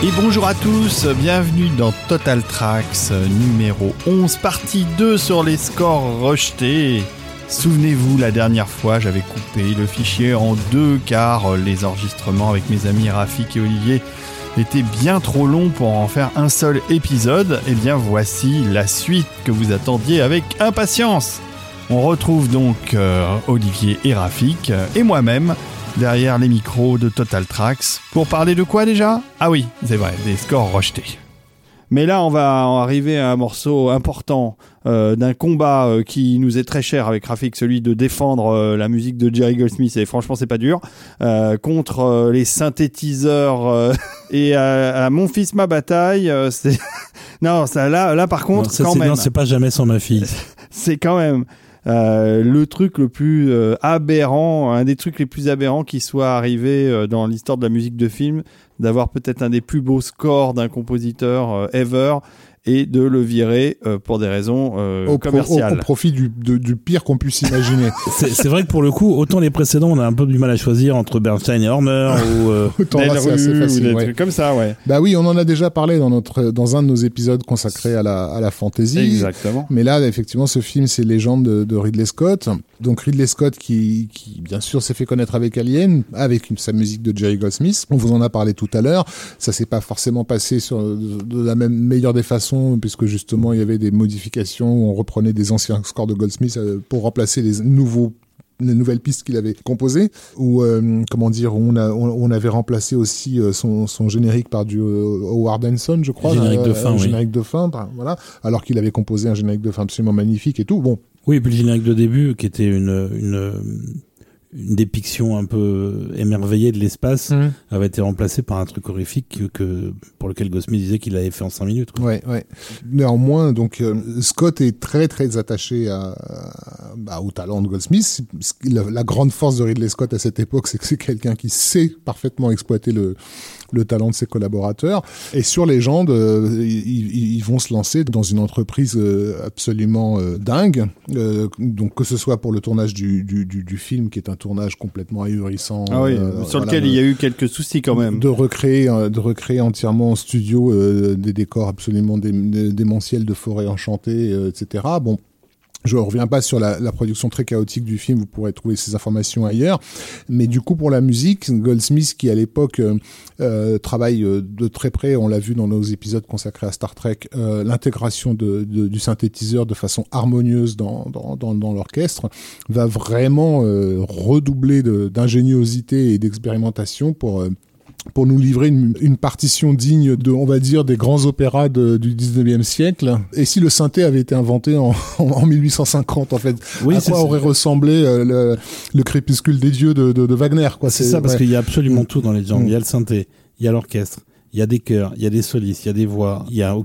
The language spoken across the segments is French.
Et bonjour à tous, bienvenue dans Total Tracks numéro 11, partie 2 sur les scores rejetés. Souvenez-vous, la dernière fois, j'avais coupé le fichier en deux car les enregistrements avec mes amis Rafik et Olivier étaient bien trop longs pour en faire un seul épisode. Et bien voici la suite que vous attendiez avec impatience. On retrouve donc Olivier et Rafik et moi-même derrière les micros de Total Tracks. Pour parler de quoi déjà ? Ah oui, c'est vrai, des scores rejetés. Mais là, on va arriver à un morceau important d'un combat qui nous est très cher avec Rafik, celui de défendre la musique de Jerry Goldsmith, et franchement, c'est pas dur, contre les synthétiseurs et à Mon fils, ma bataille. C'est... non, ça, là, par contre, non, quand même... Non, c'est pas jamais sans ma fille. C'est quand même... le truc le plus aberrant, un des trucs les plus aberrants qui soit arrivé dans l'histoire de la musique de film, d'avoir peut-être un des plus beaux scores d'un compositeur ever et de le virer pour des raisons commerciales. Au profit du pire qu'on puisse imaginer. C'est vrai que pour le coup, autant les précédents, on a un peu du mal à choisir entre Bernstein et Horner ou autant là, c'est assez facile, ou des ouais. trucs comme ça, ouais. Bah oui, on en a déjà parlé dans un de nos épisodes consacrés à la fantasy. Exactement. Mais là, effectivement, ce film, c'est Légende de Ridley Scott. Donc Ridley Scott qui bien sûr s'est fait connaître avec Alien, avec sa musique de Jerry Goldsmith. On vous en a parlé tout à l'heure. Ça s'est pas forcément passé de la même meilleure des façons, puisque justement il y avait des modifications où on reprenait des anciens scores de Goldsmith pour remplacer les nouvelles pistes qu'il avait composées, ou on avait remplacé aussi son générique par du Howard Henson, je crois, générique de fin, générique de fin, voilà, alors qu'il avait composé un générique de fin absolument magnifique et tout. Bon. Oui, et puis le générique de début qui était une dépiction un peu émerveillée de l'espace avait été remplacé par un truc horrifique pour lequel Goldsmith disait qu'il l'avait fait en 5 minutes. Quoi. Ouais. Néanmoins, donc Scott est très très attaché au talent de Goldsmith. La grande force de Ridley Scott à cette époque, c'est que c'est quelqu'un qui sait parfaitement exploiter le talent de ses collaborateurs. Et sur Légende, ils vont se lancer dans une entreprise absolument dingue. Donc que ce soit pour le tournage du film, qui est un tournage complètement ahurissant. Ah oui, sur lequel il y a eu quelques soucis quand même. De recréer entièrement en studio des décors absolument démentiels de forêts enchantées, etc. Bon. Je ne reviens pas sur la production très chaotique du film, vous pourrez trouver ces informations ailleurs. Mais du coup, pour la musique, Goldsmith, qui à l'époque travaille de très près, on l'a vu dans nos épisodes consacrés à Star Trek, l'intégration du synthétiseur de façon harmonieuse dans l'orchestre, va vraiment redoubler d'ingéniosité et d'expérimentation pour nous livrer une partition digne on va dire, des grands opéras du 19e siècle. Et si le synthé avait été inventé en 1850, en fait, oui, à quoi aurait ressemblé le crépuscule des dieux de Wagner, quoi. C'est ça, parce qu'il y a absolument tout dans Legend. Il y a le synthé, il y a l'orchestre, il y a des chœurs, il y a des solistes, il y a des voix, il y a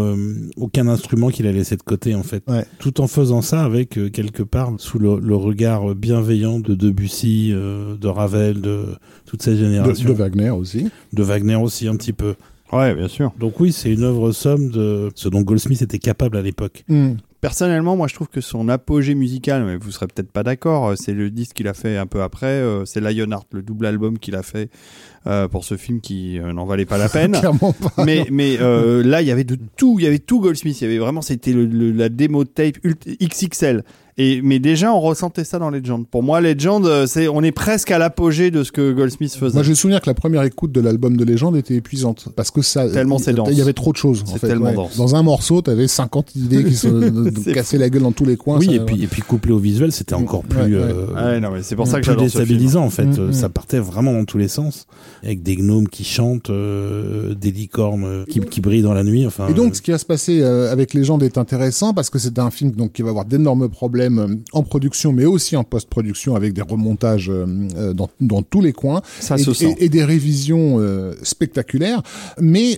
aucun instrument qu'il a laissé de côté, en fait. Ouais. Tout en faisant ça avec, quelque part, sous le regard bienveillant de Debussy, de Ravel, de toute cette génération. De Wagner aussi. De Wagner aussi, un petit peu. Ouais, bien sûr. Donc oui, c'est une œuvre somme de ce dont Goldsmith était capable à l'époque. Personnellement, moi, je trouve que son apogée musical, mais vous serez peut-être pas d'accord, c'est le disque qu'il a fait un peu après, c'est Lionheart, le double album qu'il a fait pour ce film qui n'en valait pas la peine. Clairement pas. Mais là, il y avait de tout, il y avait tout Goldsmith, il y avait vraiment, c'était la démo tape XXL. Mais déjà, on ressentait ça dans Legend. Pour moi, Legend, on est presque à l'apogée de ce que Goldsmith faisait. Moi, j'ai le souvenir que la première écoute de l'album de Legend était épuisante. Parce que tellement c'est dense. Il y avait trop de choses. C'est tellement dense. Dans un morceau, t'avais 50 idées qui se cassaient la gueule dans tous les coins. Oui, et puis couplé au visuel, c'était encore plus, non, mais c'est pour ça que j'adore déstabilisant, en fait. Ça partait vraiment dans tous les sens. Avec des gnomes qui chantent, des licornes qui brillent dans la nuit. Enfin. Et donc, ce qui va se passer avec Legend est intéressant parce que c'est un film donc qui va avoir d'énormes problèmes en production, mais aussi en post-production avec des remontages dans tous les coins. Ça se sent. Et des révisions spectaculaires. Mais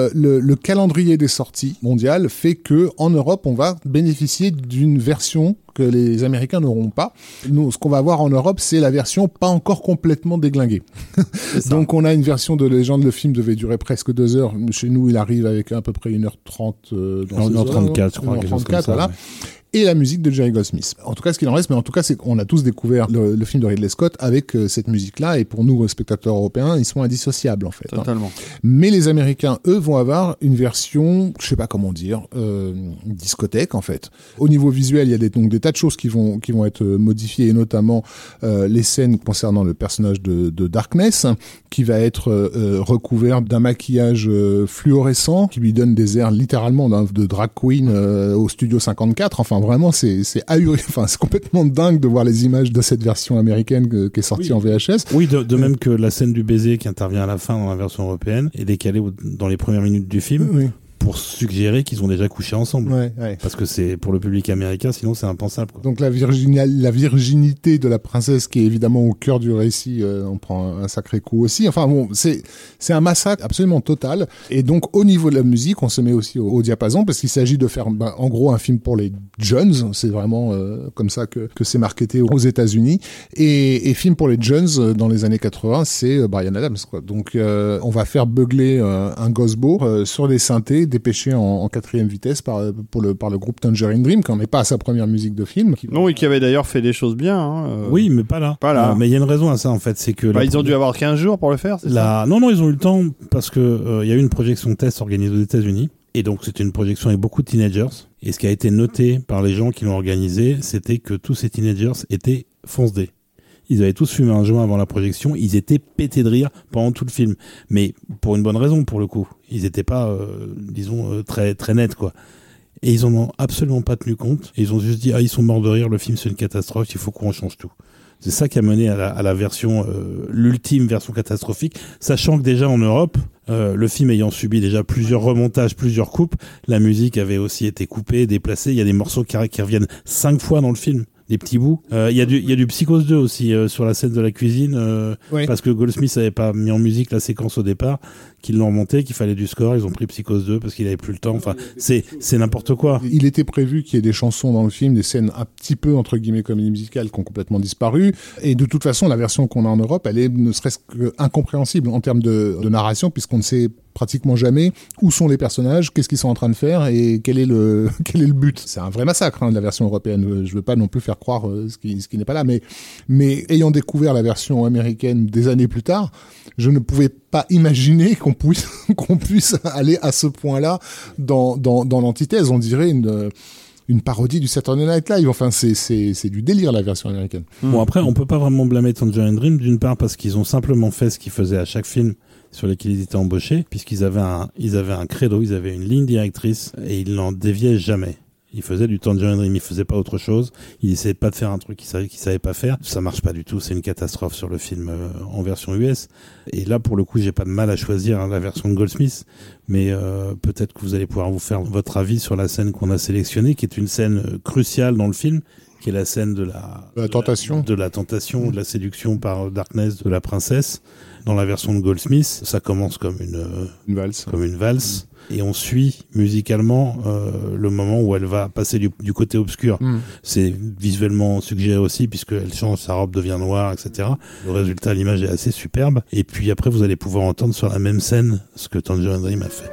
le calendrier des sorties mondiales fait que en Europe, on va bénéficier d'une version que les Américains n'auront pas. Nous, ce qu'on va avoir en Europe, c'est la version pas encore complètement déglinguée. Donc, on a une version de Légende. Le film devait durer presque 2 heures. Chez nous, il arrive avec à peu près 1h30. 1h34, je crois. 1h34, voilà. et la musique de Jerry Goldsmith. En tout cas, ce qu'il en reste, mais en tout cas, c'est qu'on a tous découvert le film de Ridley Scott avec cette musique-là, et pour nous, spectateurs européens, ils sont indissociables, en fait. Totalement. Mais les Américains, eux, vont avoir une version, je sais pas comment dire, discothèque, en fait. Au niveau visuel, il y a donc des tas de choses qui vont être modifiées, et notamment les scènes concernant le personnage de Darkness, qui va être recouvert d'un maquillage fluorescent, qui lui donne des airs littéralement de drag queen au Studio 54. Enfin, vraiment, c'est ahurissant. Enfin, c'est complètement dingue de voir les images de cette version américaine qui est sortie en VHS. Oui, de même que la scène du baiser qui intervient à la fin dans la version européenne est décalée dans les premières minutes du film. Oui. Pour suggérer qu'ils ont déjà couché ensemble. Ouais. Parce que c'est pour le public américain, sinon c'est impensable, quoi. Donc la virginité de la princesse qui est évidemment au cœur du récit, on prend un sacré coup aussi. Enfin bon, c'est un massacre absolument total. Et donc au niveau de la musique, on se met aussi au diapason parce qu'il s'agit de faire en gros un film pour les jeunes. C'est vraiment comme ça que c'est marketé aux États-Unis. Et film pour les jeunes dans les années 80, c'est Bryan Adams, quoi. Donc on va faire beugler un Gosbo sur les synthés dépêché en 4e vitesse par le groupe Tangerine Dream, quand on n'est pas à sa première musique de film. Non, oui, qui avait d'ailleurs fait des choses bien. Oui, mais pas là. Mais il y a une raison à ça, en fait, c'est que... ils ont dû avoir 15 jours pour le faire, c'est ça ? Non, ils ont eu le temps, parce que il y a eu une projection test organisée aux États-Unis, et donc c'était une projection avec beaucoup de teenagers, et ce qui a été noté par les gens qui l'ont organisé, c'était que tous ces teenagers étaient fonce-dés. Ils avaient tous fumé un joint avant la projection, ils étaient pétés de rire pendant tout le film. Mais pour une bonne raison, pour le coup. Ils étaient pas, très, très nets, quoi. Et ils en ont absolument pas tenu compte. Et ils ont juste dit, ils sont morts de rire, le film c'est une catastrophe, il faut qu'on change tout. C'est ça qui a mené à la version, l'ultime version catastrophique. Sachant que déjà en Europe, le film ayant subi déjà plusieurs remontages, plusieurs coupes, la musique avait aussi été coupée, déplacée. Il y a des morceaux qui reviennent 5 fois dans le film. Des petits bouts. Il y a du Psychose 2 aussi sur la scène de la cuisine, parce que Goldsmith avait pas mis en musique la séquence au départ, qu'ils l'ont remonté, qu'il fallait du score, ils ont pris Psychose 2 parce qu'il avait plus le temps. Enfin, c'est n'importe quoi. Il était prévu qu'il y ait des chansons dans le film, des scènes un petit peu entre guillemets comédie musicale qui ont complètement disparu. Et de toute façon, la version qu'on a en Europe, elle est ne serait-ce que incompréhensible en termes de narration, puisqu'on ne sait pratiquement jamais où sont les personnages, qu'est-ce qu'ils sont en train de faire et quel est le but. C'est un vrai massacre, de la version européenne. Je veux pas non plus faire croire ce qui n'est pas là, mais ayant découvert la version américaine des années plus tard, je ne pouvais pas imaginer qu'on puisse aller à ce point-là dans l'antithèse. On dirait une parodie du Saturday Night Live. Enfin, c'est du délire, la version américaine. Bon, après, on peut pas vraiment blâmer Tangerine Dream, d'une part parce qu'ils ont simplement fait ce qu'ils faisaient à chaque film sur lesquels ils étaient embauchés, puisqu'ils avaient un credo, ils avaient une ligne directrice, et ils n'en déviaient jamais. Ils faisaient du Tangerine Dream, ils faisaient pas autre chose, ils essayaient pas de faire un truc qu'ils savaient pas faire. Ça marche pas du tout, c'est une catastrophe sur le film en version US. Et là, pour le coup, j'ai pas de mal à choisir la version de Goldsmith, mais peut-être que vous allez pouvoir vous faire votre avis sur la scène qu'on a sélectionnée, qui est une scène cruciale dans le film, qui est la scène de la tentation, de la séduction par Darkness de la princesse. Dans la version de Goldsmith, ça commence comme une valse. Et on suit musicalement le moment où elle va passer du côté obscur. C'est visuellement suggéré aussi, puisqu'elle change, sa robe devient noire, etc. Le résultat, l'image est assez superbe. Et puis après, vous allez pouvoir entendre sur la même scène ce que Tangerine Dream a fait.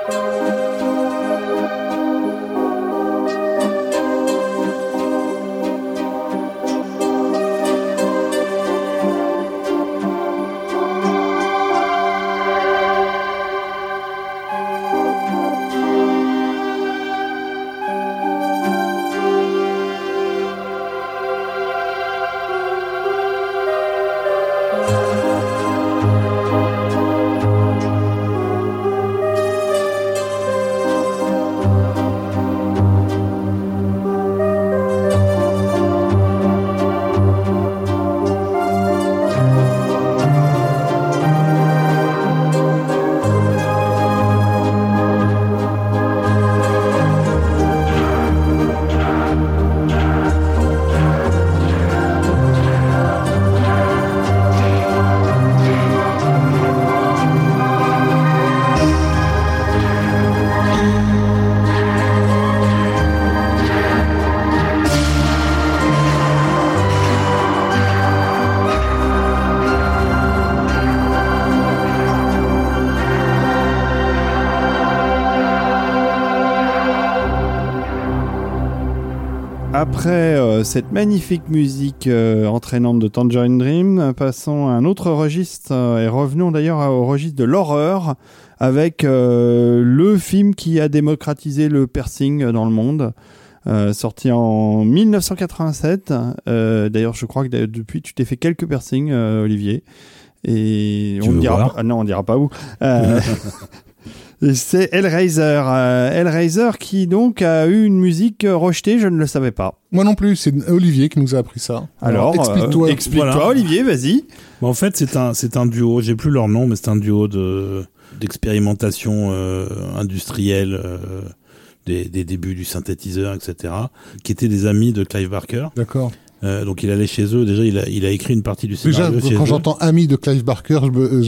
Après cette magnifique musique entraînante de Tangerine Dream, passons à un autre registre et revenons d'ailleurs au registre de l'horreur avec le film qui a démocratisé le piercing dans le monde, sorti en 1987. D'ailleurs, je crois que depuis, tu t'es fait quelques piercings, Olivier. Et on ne dira pas, non, on dira pas où. C'est Hellraiser. Hellraiser qui donc a eu une musique rejetée, je ne le savais pas. Moi non plus, c'est Olivier qui nous a appris ça. Alors explique-toi, voilà. Olivier, vas-y. En fait, c'est un duo, j'ai plus leur nom, mais c'est un duo d'expérimentation industrielle des débuts du synthétiseur, etc., qui étaient des amis de Clive Barker. D'accord. Donc il allait chez eux. Déjà, il a écrit une partie du scénario. Déjà, quand j'entends ami de Clive Barker,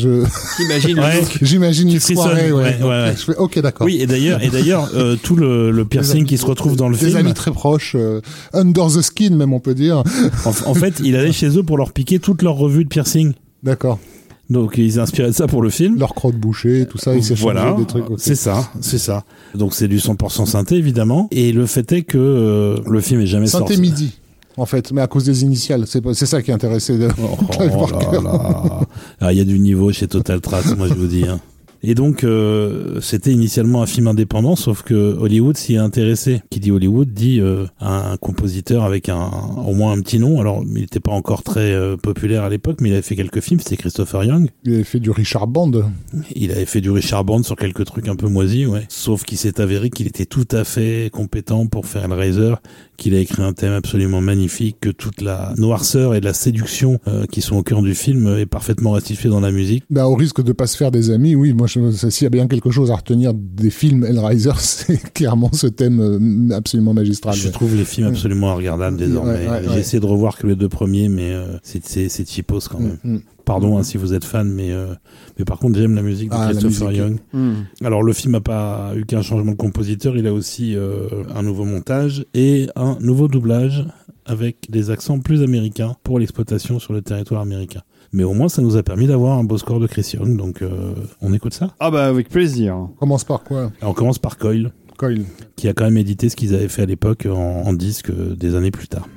j'imagine une soirée. Ouais. Je fais OK, d'accord. Oui, et d'ailleurs, tout le piercing qui se retrouve dans le film. Des amis très proches, under the skin même, on peut dire. En fait, il allait chez eux pour leur piquer toute leur revue de piercing. D'accord. Donc ils inspiraient de ça pour le film. Leur crotte bouchée, tout ça, ils s'échangeaient des trucs. Okay. C'est ça. Donc c'est du 100% synthé évidemment. Et le fait est que le film est jamais sorti. Synthé MIDI. En fait, mais à cause des initiales, c'est ça qui intéressait Clive Barker. Il y a du niveau chez Total Tracks, moi je vous dis. Et donc, c'était initialement un film indépendant, sauf que Hollywood s'y est intéressé. Qui dit Hollywood dit un compositeur avec au moins un petit nom. Alors, il n'était pas encore très populaire à l'époque, mais il avait fait quelques films. C'était Christopher Young. Il avait fait du Richard Band. Il avait fait du Richard Band sur quelques trucs un peu moisis, ouais. Sauf qu'il s'est avéré qu'il était tout à fait compétent pour faire Hellraiser, qu'il a écrit un thème absolument magnifique, que toute la noirceur et la séduction qui sont au cœur du film est parfaitement restituée dans la musique. Bah, au risque de pas se faire des amis, oui, moi, s'il y a bien quelque chose à retenir des films Hellraiser, c'est clairement ce thème absolument magistral. Je trouve les films absolument regardables désormais. J'ai essayé de revoir que les deux premiers, mais c'est cheapos quand même. Pardon si vous êtes fan, mais par contre j'aime la musique de Christopher Young. Alors le film n'a pas eu qu'un changement de compositeur, il a aussi un nouveau montage et un nouveau doublage avec des accents plus américains pour l'exploitation sur le territoire américain. Mais au moins ça nous a permis d'avoir un beau score de Chris Young, donc on écoute ça. Ah bah avec plaisir. On commence par quoi ? Alors, on commence par Coil, qui a quand même édité ce qu'ils avaient fait à l'époque en disque des années plus tard.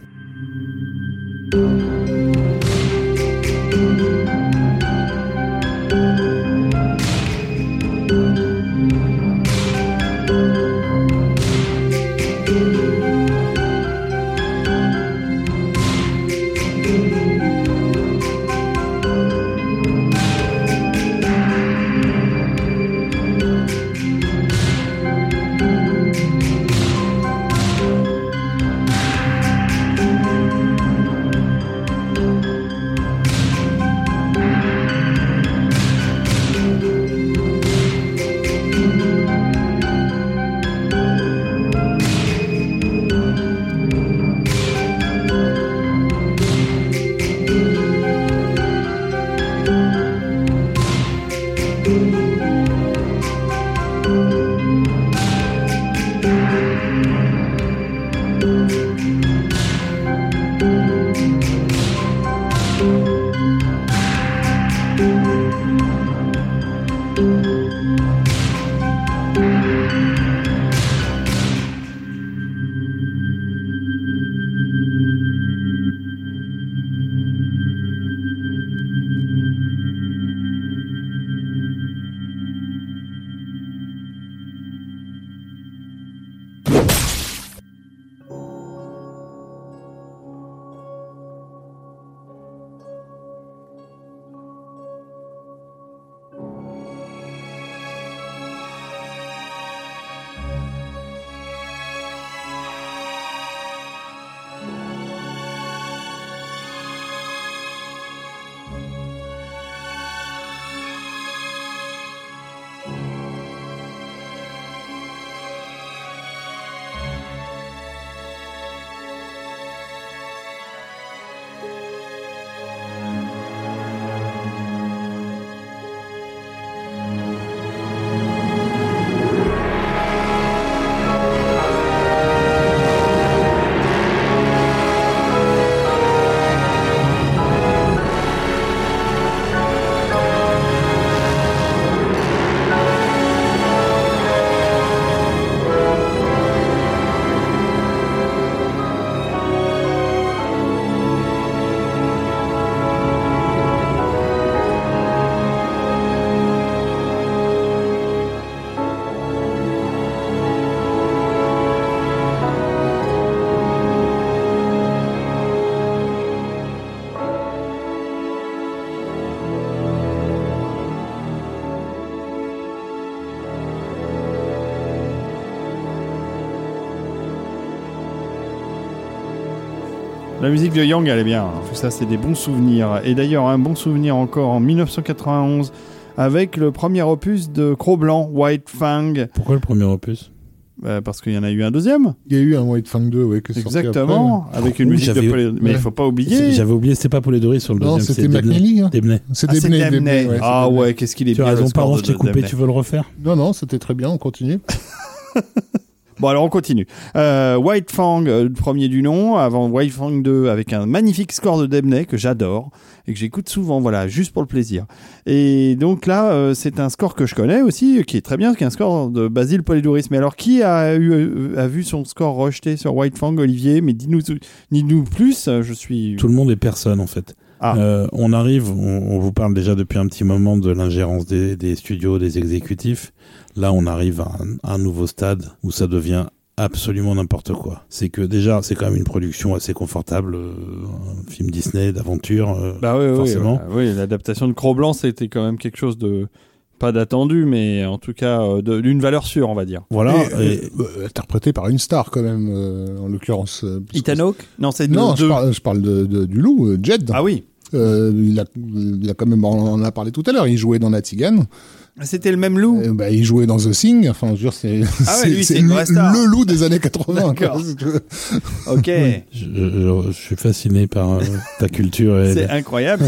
La musique de Yang, elle est bien. Tout ça, c'est des bons souvenirs. Et d'ailleurs, un bon souvenir encore en 1991 avec le premier opus de Cro-Blanc, White Fang. Pourquoi le premier opus ? Parce qu'il y en a eu un deuxième. Il y a eu un White Fang 2, oui, que exactement, avec une musique de Polydori. Mais il faut pas oublier. J'avais oublié, c'était pas Polydori sur le deuxième. Non, c'était McNeely. Debney. C'est Debney. Ouais, qu'est-ce qu'il est bien. Tu as raison, pardon, je t'ai coupé, tu veux le refaire ? Non, c'était très bien, on continue. Bon, alors on continue. White Fang, le premier du nom, avant White Fang 2, avec un magnifique score de Debney que j'adore et que j'écoute souvent, voilà, juste pour le plaisir. Et donc là, c'est un score que je connais aussi, qui est très bien, qui est un score de Basil Polidouris. Mais alors, qui a vu son score rejeté sur White Fang, Olivier ? Mais dis-nous plus, je suis... Tout le monde et personne, en fait. On arrive, on vous parle déjà depuis un petit moment de l'ingérence des studios, des exécutifs. Là, on arrive à un nouveau stade où ça devient absolument n'importe quoi. C'est que déjà, c'est quand même une production assez confortable, un film Disney d'aventure, forcément. Oui, l'adaptation de Cro-Blanc, c'était quand même quelque chose de... pas d'attendu, mais en tout cas d'une valeur sûre, on va dire. Voilà. Interprété par une star quand même, en l'occurrence. Ethan Hawke ? Non, c'est je parle du loup, Jed. Ah oui. Il a quand même, on en a parlé tout à l'heure, il jouait dans Natigan. C'était le même loup. Il jouait dans The Thing. Enfin, je veux dire, c'est le loup des années 80. D'accord. Ok. Je suis fasciné par ta culture. C'est incroyable.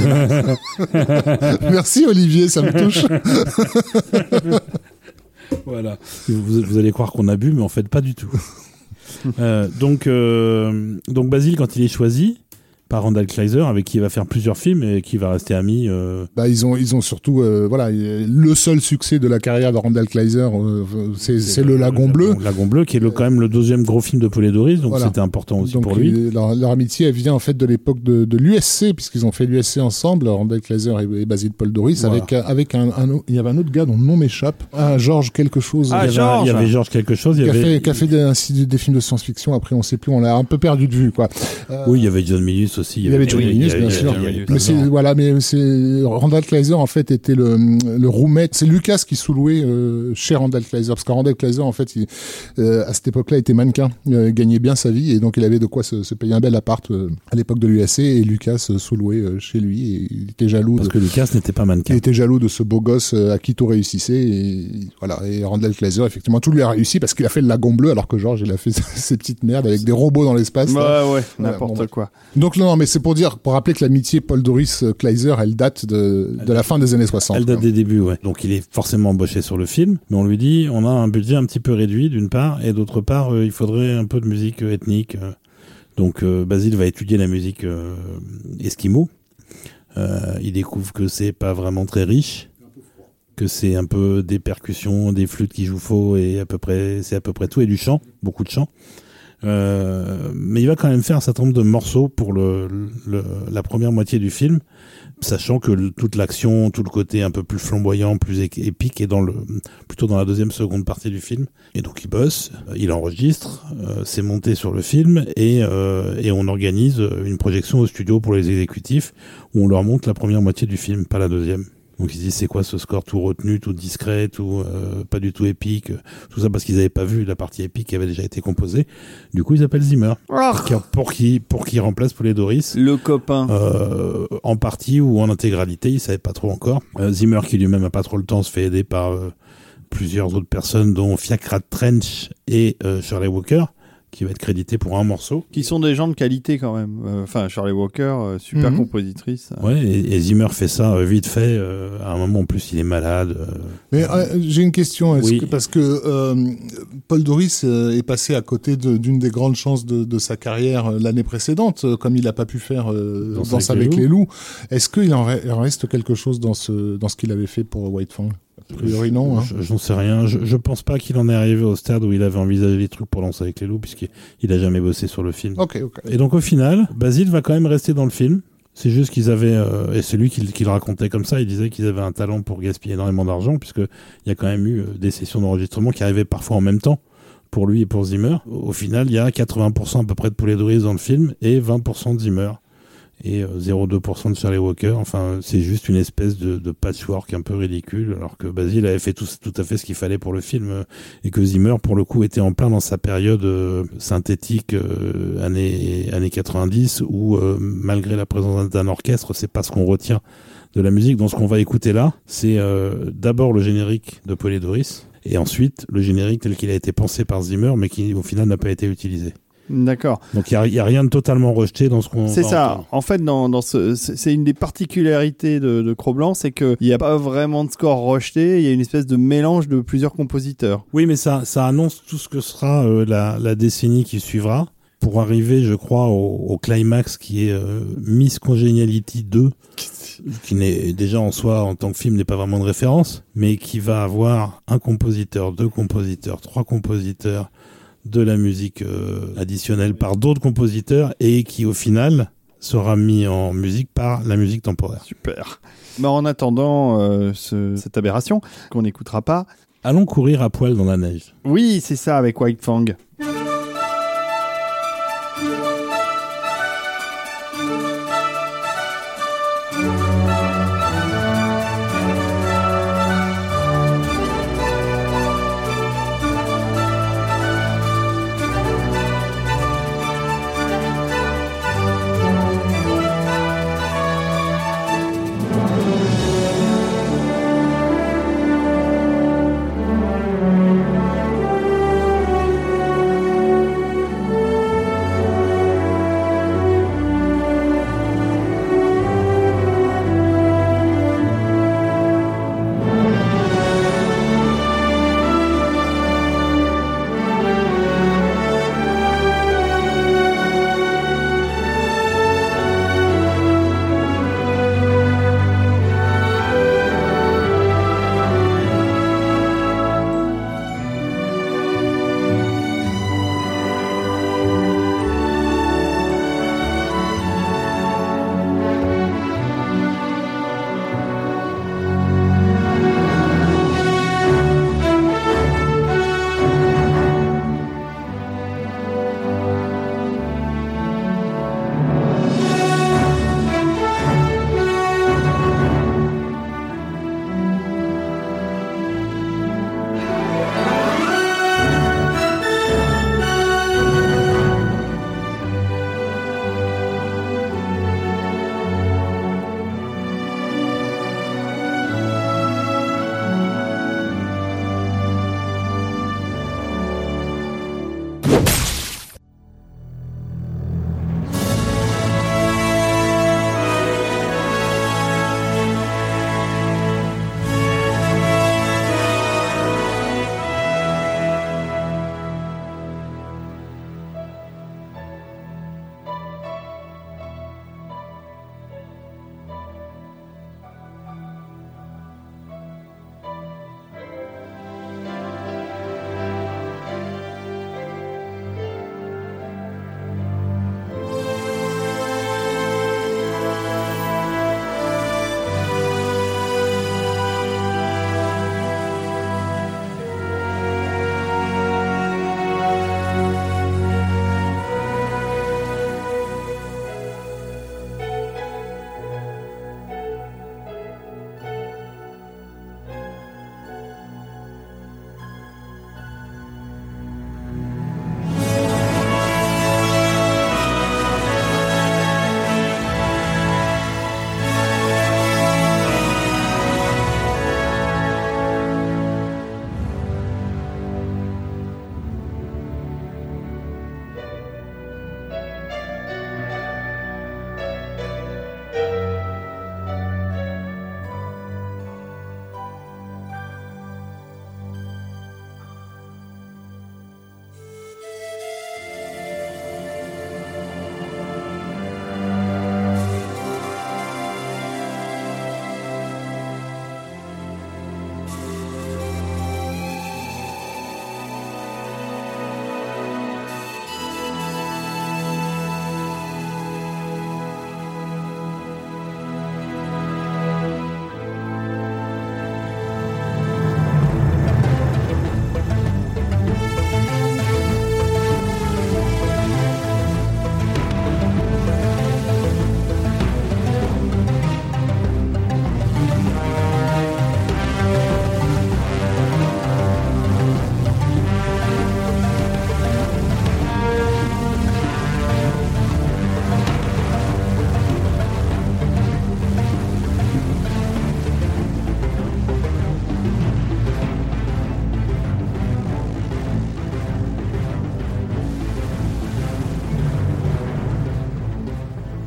Merci Olivier, ça me touche. Voilà. Vous allez croire qu'on a bu, mais en fait pas du tout. Donc Basil, quand il est choisi par Randall Kleiser, avec qui il va faire plusieurs films et qui va rester ami. Ils ont surtout le seul succès de la carrière de Randall Kleiser, c'est le Lagon Bleu. Lagon Bleu, qui est quand même le deuxième gros film de Polidori, donc c'était important aussi pour lui. Leur amitié, elle vient en fait de l'époque de l'USC, puisqu'ils ont fait l'USC ensemble, Randall Kleiser et Basil Polidori, avec il y avait un autre gars dont le nom m'échappe, Georges quelque chose. Il y avait Georges quelque chose. Qui a fait des films de science-fiction. Après, on sait plus, on l'a un peu perdu de vue, quoi. Oui, il y avait John Milius aussi. Il y avait John Milius, bien sûr. Mais c'est Randall Kleiser en fait était le roommate. C'est Lucas qui sous-louait chez Randall Kleiser, parce que Randall Kleiser en fait, à cette époque-là, était mannequin, gagnait bien sa vie et donc il avait de quoi se payer un bel appart à l'époque de l'USC et Lucas sous-louait chez lui et il était jaloux. Parce que Lucas n'était pas mannequin. Il était jaloux de ce beau gosse à qui tout réussissait et voilà. Et Randall Kleiser, effectivement, tout lui a réussi parce qu'il a fait le Lagon Bleu alors que Georges il a fait ces petites merdes avec des robots dans l'espace. N'importe quoi. Donc non, mais c'est pour rappeler que l'amitié Paul Doris Kleiser, elle date de la fin des années 60. Elle date des débuts, ouais. Donc il est forcément embauché sur le film, mais on lui dit on a un budget un petit peu réduit d'une part, et d'autre part il faudrait un peu de musique ethnique. Donc Basil va étudier la musique esquimau. Il découvre que c'est pas vraiment très riche, que c'est un peu des percussions, des flûtes qui jouent faux et c'est à peu près tout, et du chant, beaucoup de chant. Mais il va quand même faire un certain nombre de morceaux pour la première moitié du film, sachant que toute l'action, tout le côté un peu plus flamboyant, plus épique est plutôt dans la seconde partie du film. Et donc il bosse, il enregistre, c'est monté sur le film et on organise une projection au studio pour les exécutifs où on leur montre la première moitié du film, pas la deuxième. Donc ils se disent c'est quoi ce score tout retenu, tout discret, tout pas du tout épique, tout ça parce qu'ils n'avaient pas vu la partie épique qui avait déjà été composée. Du coup ils appellent Zimmer pour qui remplace Polidori. Le copain. En partie ou en intégralité, ils savaient pas trop encore. Zimmer qui lui-même a pas trop le temps se fait aider par plusieurs autres personnes dont Fiacre Trench et Shirley Walker, qui va être crédité pour un morceau. Qui sont des gens de qualité quand même. Enfin, Shirley Walker, super compositrice. Ouais, et Zimmer fait ça vite fait. À un moment en plus, il est malade. Mais j'ai une question. Parce que Paul Doris est passé à côté d'une des grandes chances de sa carrière l'année précédente, comme il n'a pas pu faire Danse avec les loups. Est-ce qu'il en reste quelque chose dans ce qu'il avait fait pour White Fang? A priori, non. J'en sais rien. Je pense pas qu'il en est arrivé au stade où il avait envisagé les trucs pour Danse avec les loups, puisqu'il a jamais bossé sur le film. Ok. Et donc au final, Basil va quand même rester dans le film. C'est juste qu'ils avaient, et c'est lui qui le racontait comme ça, il disait qu'ils avaient un talent pour gaspiller énormément d'argent, puisqu'il y a quand même eu des sessions d'enregistrement qui arrivaient parfois en même temps, pour lui et pour Zimmer. Au final, il y a 80% à peu près de Polidori dans le film, et 20% de Zimmer. et 0,2% de Charlie Walker. Enfin, c'est juste une espèce de patchwork un peu ridicule, alors que Basil avait fait tout à fait ce qu'il fallait pour le film, et que Zimmer, pour le coup, était en plein dans sa période synthétique années 90, où malgré la présence d'un orchestre, c'est pas ce qu'on retient de la musique. Donc ce qu'on va écouter là, c'est d'abord le générique de Polydorus, et ensuite le générique tel qu'il a été pensé par Zimmer, mais qui au final n'a pas été utilisé. D'accord. Donc il y a rien de totalement rejeté dans ce qu'on. C'est ça. Entendre. En fait, c'est une des particularités de Cro-Blanc, c'est que il y a pas vraiment de score rejeté. Il y a une espèce de mélange de plusieurs compositeurs. Oui, mais ça annonce tout ce que sera la décennie qui suivra, pour arriver, je crois, au climax qui est Miss Congeniality 2, qui n'est déjà en soi, en tant que film, n'est pas vraiment de référence, mais qui va avoir un compositeur, 2 compositeurs, 3 compositeurs, de la musique additionnelle par d'autres compositeurs, et qui au final sera mis en musique par la musique temporaire. Super. Mais en attendant cette aberration qu'on n'écoutera pas, allons courir à poil dans la neige. Oui, c'est ça, avec White Fang.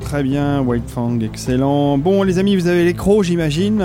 très bien. White Fang, excellent. Bon, les amis, vous avez les crocs, j'imagine.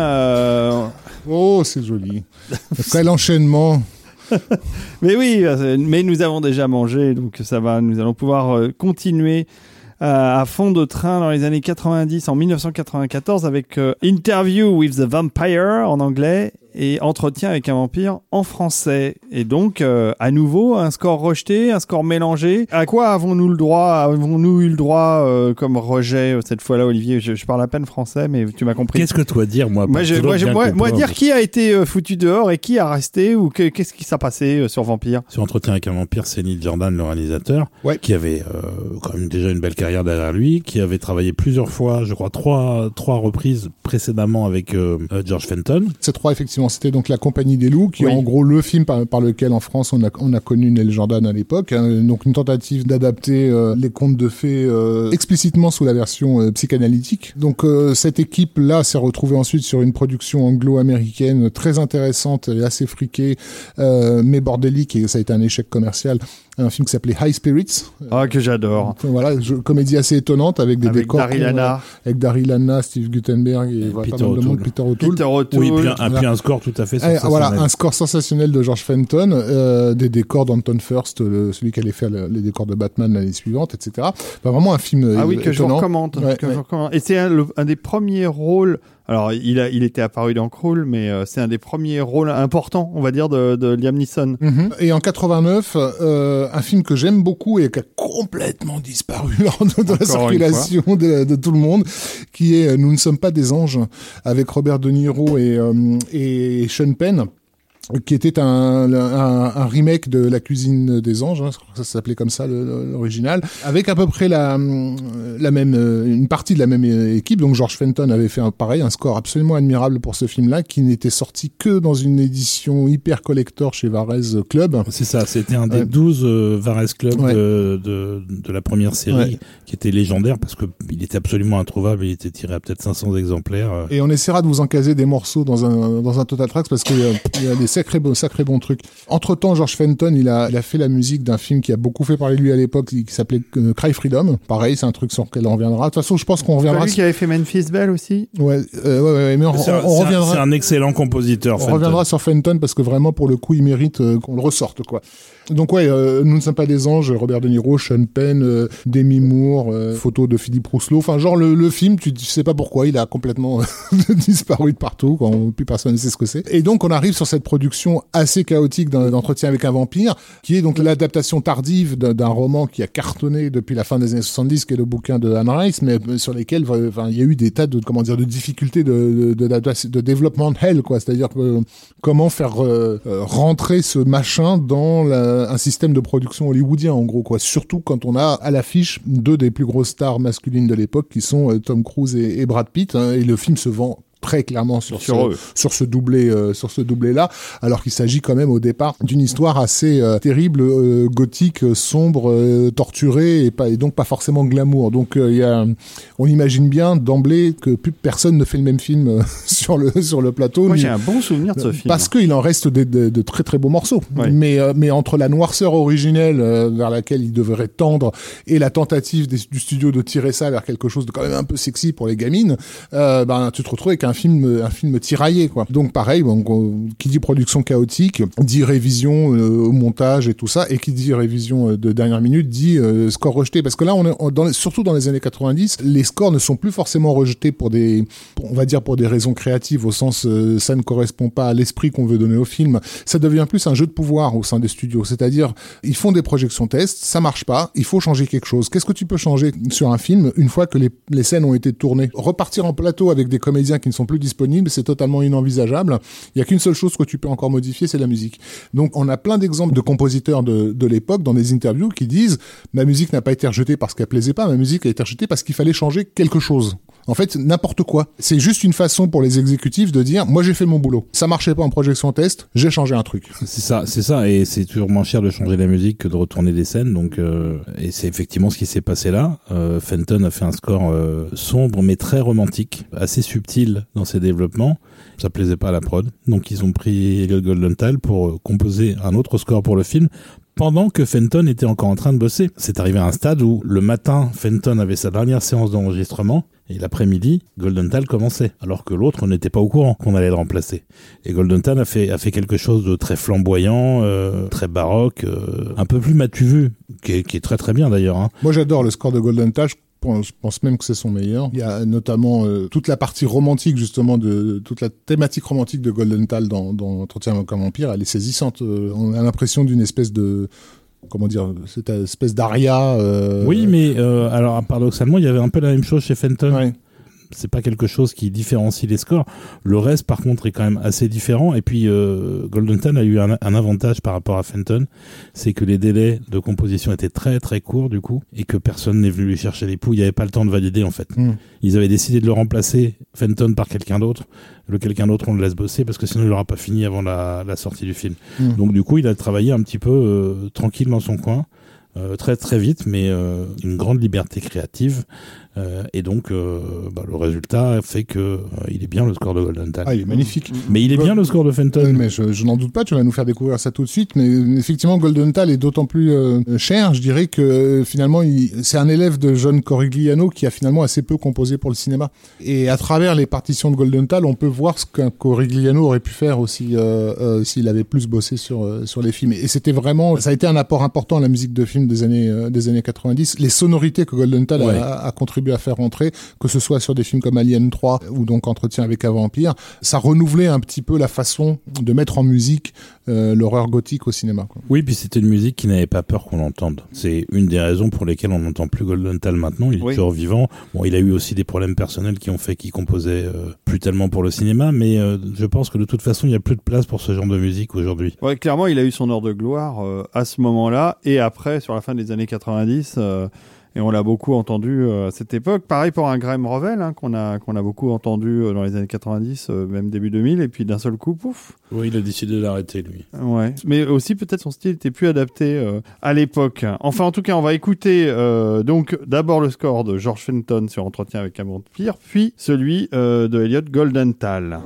Oh, c'est joli. Après l'enchaînement. Mais oui, mais nous avons déjà mangé, donc ça va. Nous allons pouvoir continuer à fond de train dans les années 90, en 1994, avec Interview with the Vampire en anglais et Entretien avec un vampire en français. Et donc, à nouveau, un score rejeté, un score mélangé. À quoi avons-nous eu le droit comme rejet cette fois-là, Olivier? Je parle à peine français, mais tu m'as compris. Qu'est-ce que toi dire, moi dire qui a été foutu dehors et qui a resté, ou qu'est-ce qui s'est passé sur Vampire? Sur Entretien avec un vampire, c'est Neil Jordan, le réalisateur, qui avait quand même déjà une belle carrière derrière lui, qui avait travaillé plusieurs fois, je crois trois reprises précédemment avec George Fenton. Ces trois, effectivement, c'était donc La Compagnie des Loups, qui est en gros le film par lequel en France on a connu Neil Jordan à l'époque. Donc une tentative d'adapter les contes de fées explicitement sous la version psychanalytique. Donc cette équipe-là s'est retrouvée ensuite sur une production anglo-américaine très intéressante et assez friquée, mais bordélique, et ça a été un échec commercial. Un film qui s'appelait High Spirits. Que j'adore. Voilà, comédie assez étonnante avec des décors. Avec Daryl Hannah, Steve Guttenberg et Peter O'Toole. Oui, puis un score tout à fait sensationnel. Voilà, un score sensationnel de George Fenton, des décors d'Anton First, celui qui allait faire les décors de Batman l'année suivante, etc. Enfin, vraiment un film que je vous recommande. Et c'est un des premiers rôles. Alors, il était apparu dans Krull, mais c'est un des premiers rôles importants, on va dire, de Liam Neeson. Et en 89, un film que j'aime beaucoup et qui a complètement disparu lors de la circulation de tout le monde, qui est Nous ne sommes pas des anges, avec Robert De Niro et Sean Penn, qui était un remake de La Cuisine des Anges, ça s'appelait comme ça l'original, avec à peu près une partie de la même équipe. Donc George Fenton avait fait un score absolument admirable pour ce film-là, qui n'était sorti que dans une édition hyper collector chez Varese Club. C'est ça, c'était un des 12 Varese Club de la première série, qui était légendaire parce que il était absolument introuvable, il était tiré à peut-être 500 exemplaires. Et on essaiera de vous en caser des morceaux dans un Total Tracks, parce qu'il y a des sacré bon truc. Entre-temps, George Fenton, il a fait la musique d'un film qui a beaucoup fait parler de lui à l'époque, qui s'appelait Cry Freedom. Pareil, c'est un truc sur lequel on reviendra. De toute façon, je pense qu'on reviendra. C'est lui qui avait fait Memphis Belle aussi. Ouais, mais on reviendra. C'est un excellent compositeur. On reviendra sur Fenton parce que vraiment, pour le coup, il mérite qu'on le ressorte, quoi. Donc Nous ne sommes pas des anges, Robert De Niro, Sean Penn, Demi Moore, photo de Philippe Rousselot. Enfin, genre le film, tu sais pas pourquoi, il a complètement disparu de partout, plus personne ne sait ce que c'est. Et donc on arrive sur cette production assez chaotique d'Entretien avec un vampire, qui est donc l'adaptation tardive d'un roman qui a cartonné depuis la fin des années 70, qui est le bouquin de Anne Rice, mais sur lesquels il y a eu des tas de difficultés de développement de hell, quoi. C'est-à-dire comment faire rentrer ce machin dans un système de production hollywoodien, en gros, quoi. Surtout quand on a à l'affiche deux des plus grosses stars masculines de l'époque, qui sont Tom Cruise et Brad Pitt, et le film se vend très clairement sur ce doublé là, alors qu'il s'agit quand même au départ d'une histoire assez terrible, gothique, sombre, torturée et donc pas forcément glamour. Donc on imagine bien d'emblée que plus personne ne fait le même film sur le plateau. Moi j'ai un bon souvenir de ce film parce qu'il en reste de très très beaux morceaux. Ouais. Mais entre la noirceur originelle vers laquelle il devrait tendre et la tentative du studio de tirer ça vers quelque chose de quand même un peu sexy pour les gamines, tu te retrouves avec un film tiraillé, quoi. Donc pareil, qui dit production chaotique dit révision au montage et tout ça, et qui dit révision de dernière minute dit score rejeté, parce que là surtout dans les années 90, les scores ne sont plus forcément rejetés pour des raisons créatives, au sens ça ne correspond pas à l'esprit qu'on veut donner au film. Ça devient plus un jeu de pouvoir au sein des studios, c'est-à-dire ils font des projections tests, ça marche pas, il faut changer quelque chose. Qu'est-ce que tu peux changer sur un film une fois que les scènes ont été tournées? Repartir en plateau avec des comédiens qui ne sont plus disponibles, c'est totalement inenvisageable. Il y a qu'une seule chose que tu peux encore modifier, c'est la musique. Donc on a plein d'exemples de compositeurs de l'époque dans des interviews qui disent ma musique n'a pas été rejetée parce qu'elle plaisait pas, ma musique a été rejetée parce qu'il fallait changer quelque chose. En fait, n'importe quoi. C'est juste une façon pour les exécutifs de dire moi j'ai fait mon boulot. Ça marchait pas en projection test, j'ai changé un truc. C'est ça, et c'est toujours moins cher de changer la musique que de retourner des scènes. Donc et c'est effectivement ce qui s'est passé là. Fenton a fait un score sombre mais très romantique, assez subtil dans ses développements. Ça plaisait pas à la prod, donc ils ont pris Elliot Goldenthal pour composer un autre score pour le film. pendant que Fenton était encore en train de bosser. C'est arrivé à un stade où le matin, Fenton avait sa dernière séance d'enregistrement et l'après-midi, Goldenthal commençait, alors que l'autre n'était pas au courant qu'on allait le remplacer. Et Goldenthal a fait quelque chose de très flamboyant, très baroque, un peu plus m'as-tu vu, qui est très très bien d'ailleurs. Hein. Moi j'adore le score de Goldenthal. Je pense même que c'est son meilleur. Il y a notamment toute la partie romantique, justement, toute la thématique romantique de Goldenthal dans Entretien avec un vampire. Elle est saisissante. On a l'impression d'une espèce de... Comment dire, cette espèce d'aria. Oui, mais alors paradoxalement, il y avait un peu la même chose chez Fenton. Ouais. C'est pas quelque chose qui différencie les scores. Le reste, par contre, est quand même assez différent. Et puis, Goldenthal a eu un avantage par rapport à Fenton, c'est que les délais de composition étaient très très courts du coup, et que personne n'est venu lui chercher les poux. Il n'y avait pas le temps de valider en fait. Ils avaient décidé de le remplacer, Fenton, par quelqu'un d'autre. Le quelqu'un d'autre, on le laisse bosser parce que sinon il n'aura pas fini avant la sortie du film. Donc du coup, il a travaillé un petit peu tranquille dans son coin. Très très vite, mais une grande liberté créative, et donc le résultat fait que il est bien le score de Goldenthal. Ah, il est magnifique. Mais il est bien le score de Fenton. Mais je n'en doute pas, tu vas nous faire découvrir ça tout de suite. Mais effectivement, Goldenthal est d'autant plus cher, je dirais que finalement, c'est un élève de John Corigliano qui a finalement assez peu composé pour le cinéma. Et à travers les partitions de Goldenthal, on peut voir ce qu'un Corigliano aurait pu faire aussi s'il avait plus bossé sur les films. Et c'était vraiment, ça a été un apport important à la musique de film des années 90. Les sonorités que Goldenthal a contribué à faire rentrer, que ce soit sur des films comme Alien 3 ou donc Entretien avec un vampire, ça renouvelait un petit peu la façon de mettre en musique l'horreur gothique au cinéma, quoi. Oui, puis c'était une musique qui n'avait pas peur qu'on l'entende. C'est une des raisons pour lesquelles on n'entend plus Goldenthal maintenant. Il est toujours vivant. Bon, il a eu aussi des problèmes personnels qui ont fait qu'il composait plus tellement pour le cinéma, mais je pense que de toute façon, il n'y a plus de place pour ce genre de musique aujourd'hui. Ouais, clairement, il a eu son heure de gloire à ce moment-là, et après, sur la fin des années 90, et on l'a beaucoup entendu à cette époque. Pareil pour un Graham Revell, hein, qu'on a beaucoup entendu dans les années 90, même début 2000, et puis d'un seul coup, pouf. Oui, il a décidé d'arrêter, lui. Ouais, mais aussi peut-être son style était plus adapté à l'époque. Enfin, en tout cas, on va écouter donc d'abord le score de George Fenton sur Entretien avec un vampire, puis celui de Elliot Goldenthal.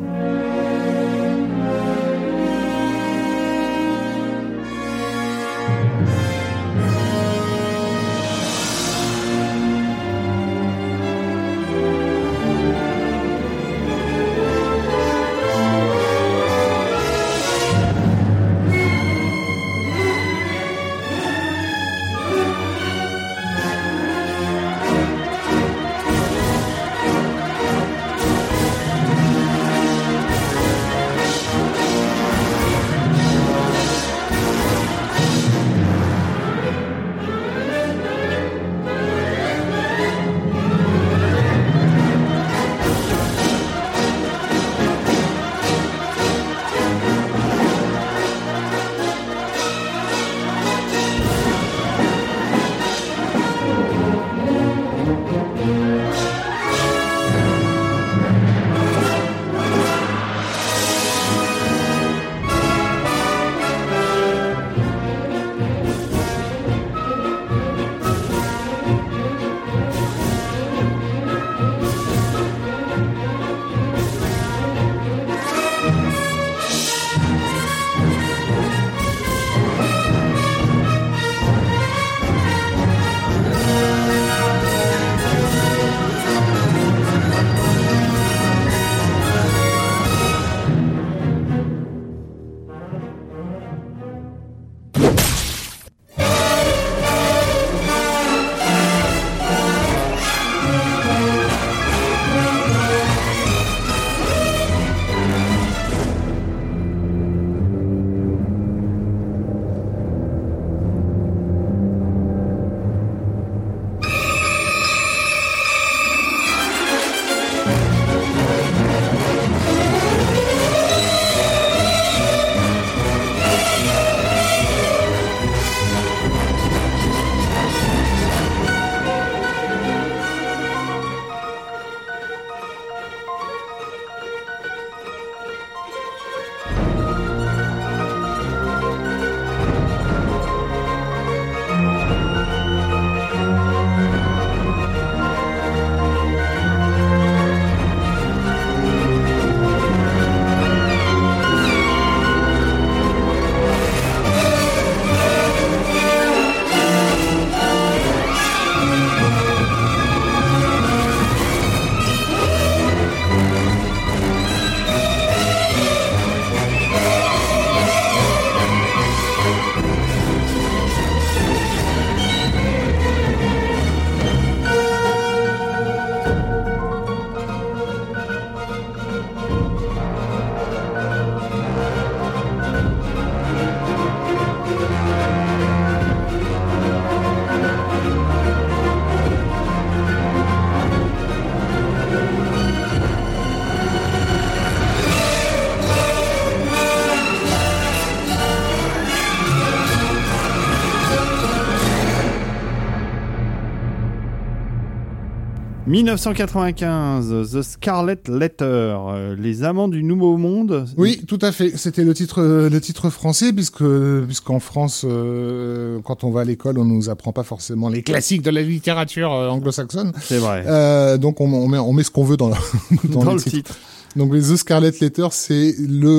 1995, The Scarlet Letter, les amants du Nouveau Monde. Oui, tout à fait. C'était le titre français, puisqu'en France, quand on va à l'école, on nous apprend pas forcément les classiques de la littérature anglo-saxonne. C'est vrai. Donc on met ce qu'on veut dans le titre. Donc The Scarlet Letter, c'est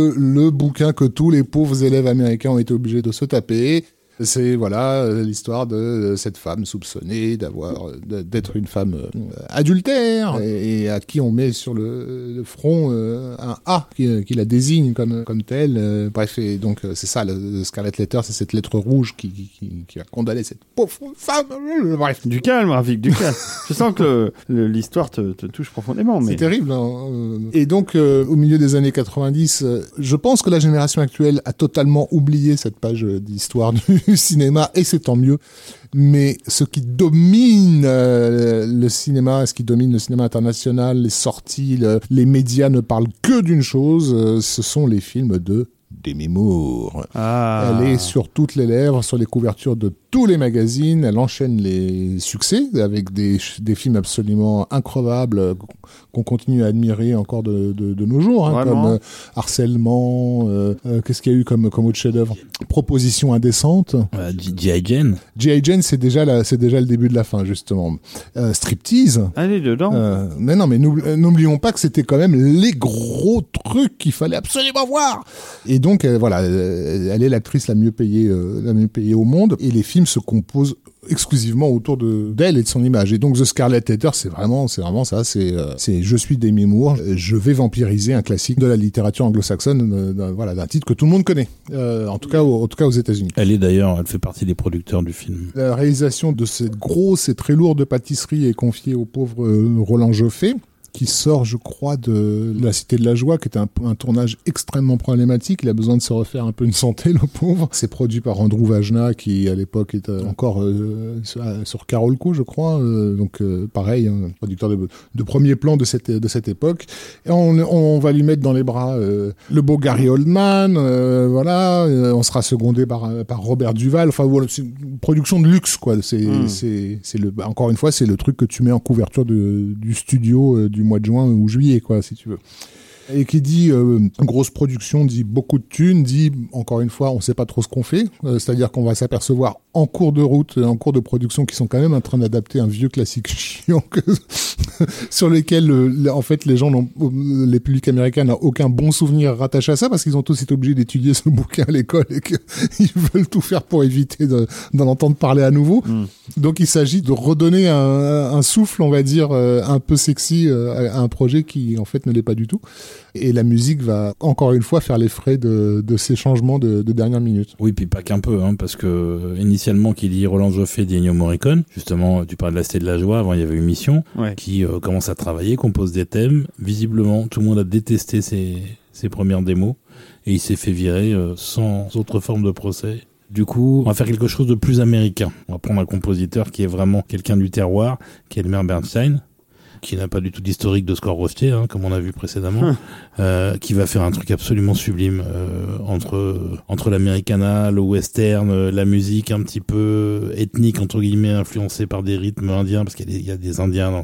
le bouquin que tous les pauvres élèves américains ont été obligés de se taper. C'est l'histoire de cette femme soupçonnée d'être une femme adultère et à qui on met sur le front un A qui la désigne comme telle. Bref, et donc c'est ça le Scarlet Letter, c'est cette lettre rouge qui a condamné cette pauvre femme. Bref, du calme, Rafik, du calme. Je sens que l'histoire te touche profondément. Mais... C'est terrible. Hein. Et donc au milieu des années 90, je pense que la génération actuelle a totalement oublié cette page d'histoire du cinéma, et c'est tant mieux. Mais ce qui domine le cinéma, international, les sorties, les médias ne parlent que d'une chose, ce sont les films de Demi Moore. Elle est sur toutes les lèvres, sur les couvertures de tous les magazines. Elle enchaîne les succès avec des films absolument increvables qu'on continue à admirer encore de nos jours, hein, comme Harcèlement. Qu'est-ce qu'il y a eu comme autre chef-d'œuvre? Proposition indécente. G.I. Jane. G.I. Jane, c'est déjà le début de la fin, justement. Striptease. Allez dedans. Mais n'oublions pas que c'était quand même les gros trucs qu'il fallait absolument voir. Et donc elle est l'actrice la mieux payée au monde, et les films se composent exclusivement autour d'elle et de son image. Et donc The Scarlet Letter, c'est vraiment ça, c'est je suis Demi Moore, je vais vampiriser un classique de la littérature anglo-saxonne, d'un titre que tout le monde connaît, en tout cas aux États-Unis. Elle fait partie des producteurs du film. La réalisation de cette grosse et très lourde pâtisserie est confiée au pauvre Roland Joffé, qui sort, je crois, de La Cité de la Joie, qui était un tournage extrêmement problématique. Il a besoin de se refaire un peu une santé, le pauvre. C'est produit par Andrew Vajna, qui à l'époque était encore sur Carolco, je crois. Pareil, producteur de premier plan de cette époque. Et on va lui mettre dans les bras le beau Gary Oldman. On sera secondé par Robert Duval. Enfin voilà, c'est une production de luxe, quoi. Encore une fois, c'est le truc que tu mets en couverture du studio du mois de juin ou juillet, quoi, si tu veux. Et qui dit grosse production, dit beaucoup de thunes, dit, encore une fois, on sait pas trop ce qu'on fait. C'est-à-dire qu'on va s'apercevoir en cours de route, en cours de production, qu'ils sont quand même en train d'adapter un vieux classique chiant sur lequel, en fait, les publics américains n'ont aucun bon souvenir rattaché à ça, parce qu'ils ont tous été obligés d'étudier ce bouquin à l'école et qu'ils veulent tout faire pour éviter d'en entendre parler à nouveau. Donc il s'agit de redonner un souffle, on va dire, un peu sexy à un projet qui, en fait, ne l'est pas du tout. Et la musique va, encore une fois, faire les frais de ces changements de dernière minute. Oui, puis pas qu'un peu, hein, parce que initialement, qui dit Roland Joffé dit Ennio Morricone. Justement, tu parles de La Cité de la Joie, avant il y avait une Mission, qui commence à travailler, compose des thèmes. Visiblement, tout le monde a détesté ses premières démos, et il s'est fait virer sans autre forme de procès. Du coup, on va faire quelque chose de plus américain. On va prendre un compositeur qui est vraiment quelqu'un du terroir, qui est Elmer Bernstein, qui n'a pas du tout d'historique de score rostier, hein, comme on a vu précédemment, qui va faire un truc absolument sublime entre l'Americana, le western, la musique un petit peu ethnique, entre guillemets, influencée par des rythmes indiens, parce qu'il y a des Indiens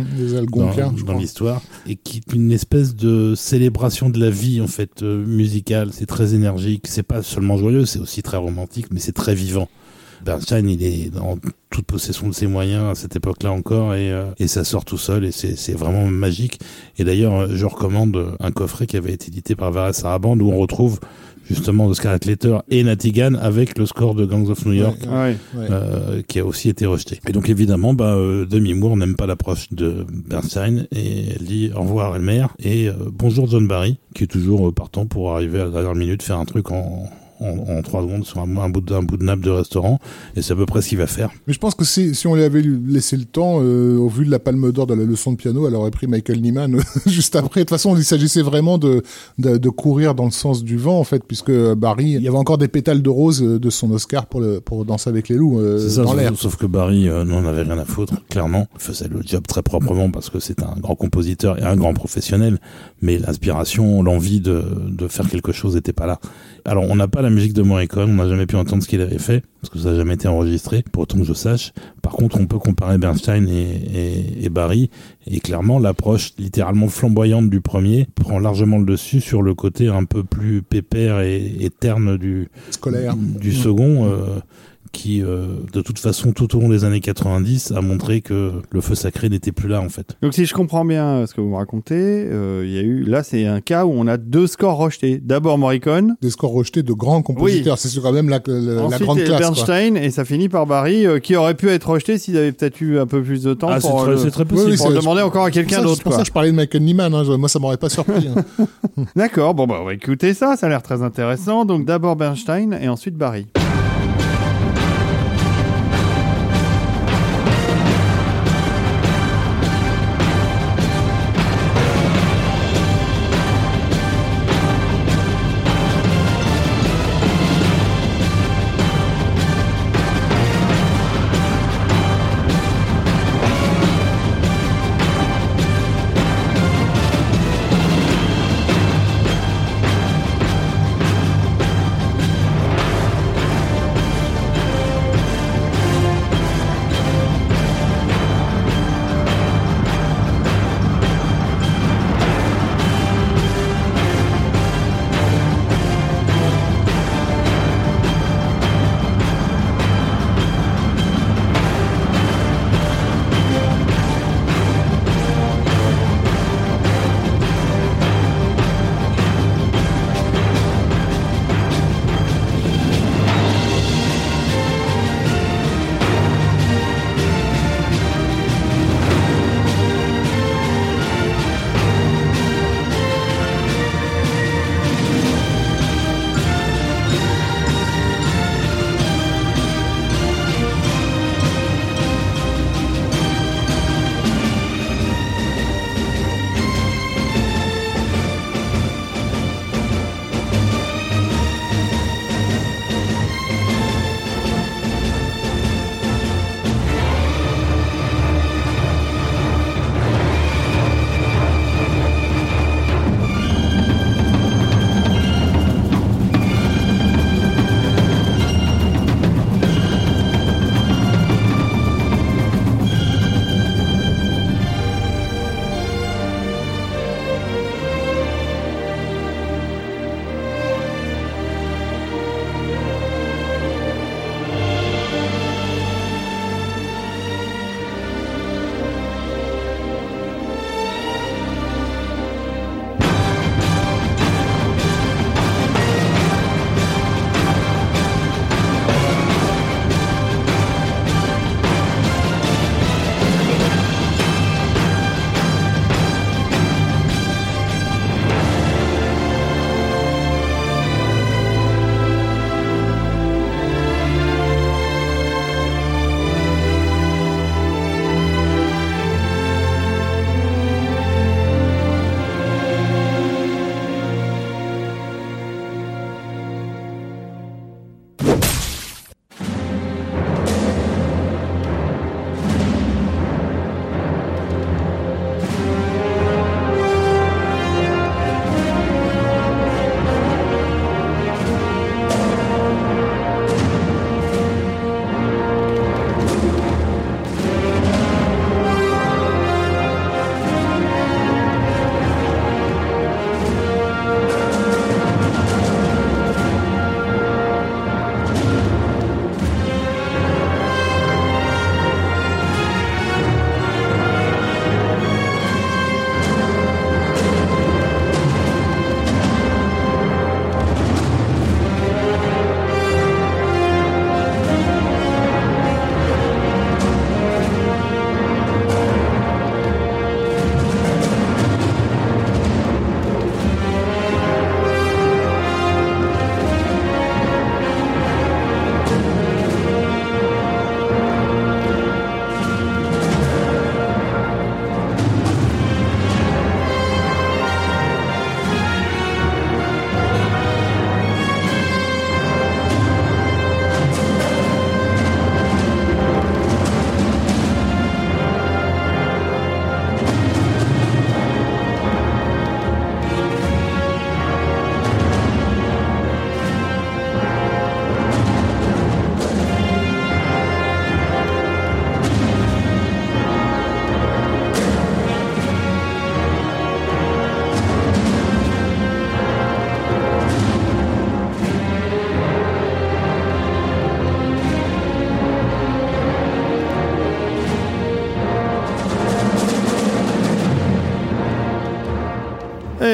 dans l'histoire, et qui est une espèce de célébration de la vie, en fait, musicale. C'est très énergique, c'est pas seulement joyeux, c'est aussi très romantique, mais c'est très vivant. Bernstein, il est dans toute possession de ses moyens à cette époque-là encore, et ça sort tout seul, et c'est vraiment magique. Et d'ailleurs, je recommande un coffret qui avait été édité par Varese Sarabande, où on retrouve justement The Scarlet Letter et Natigan avec le score de Gangs of New York, qui a aussi été rejeté. Et donc évidemment, Demi Moore n'aime pas l'approche de Bernstein, et elle dit au revoir Elmer, et bonjour John Barry, qui est toujours partant pour arriver à la dernière minute faire un truc en 3 secondes sur un bout de nappe de restaurant, et c'est à peu près ce qu'il va faire. Mais je pense que si on lui avait laissé le temps, au vu de la palme d'or de la leçon de piano, elle aurait pris Michael Nyman juste après. De toute façon, il s'agissait vraiment de courir dans le sens du vent, en fait, puisque Barry, il y avait encore des pétales de rose de son Oscar pour Danser avec les loups dans l'air. Sauf que Barry n'en avait rien à foutre, clairement. Il faisait le job très proprement parce que c'est un grand compositeur et un grand professionnel, mais l'inspiration, l'envie de faire quelque chose n'était pas là. Alors, on n'a pas la la musique de Morricone, on n'a jamais pu entendre ce qu'il avait fait, parce que ça n'a jamais été enregistré, pour autant que je sache. Par contre, on peut comparer Bernstein et Barry, et clairement, l'approche littéralement flamboyante du premier prend largement le dessus sur le côté un peu plus pépère et terne scolaire du second, qui, de toute façon, tout au long des années 90, a montré que le feu sacré n'était plus là, en fait. Donc, si je comprends bien ce que vous me racontez, il y a eu, là, c'est un cas où on a 2 scores rejetés. D'abord Morricone. Des scores rejetés de grands compositeurs. Oui. C'est quand même la grande classe. Ensuite, Bernstein, quoi. Et ça finit par Barry, qui aurait pu être rejeté s'ils avaient peut-être eu un peu plus de temps pour le demander encore à quelqu'un d'autre. C'est pour ça que je parlais de Michael Nyman. Moi, ça m'aurait pas surpris. D'accord. Bon, on va écouter ça. Ça a l'air très intéressant. Donc, d'abord Bernstein et ensuite Barry.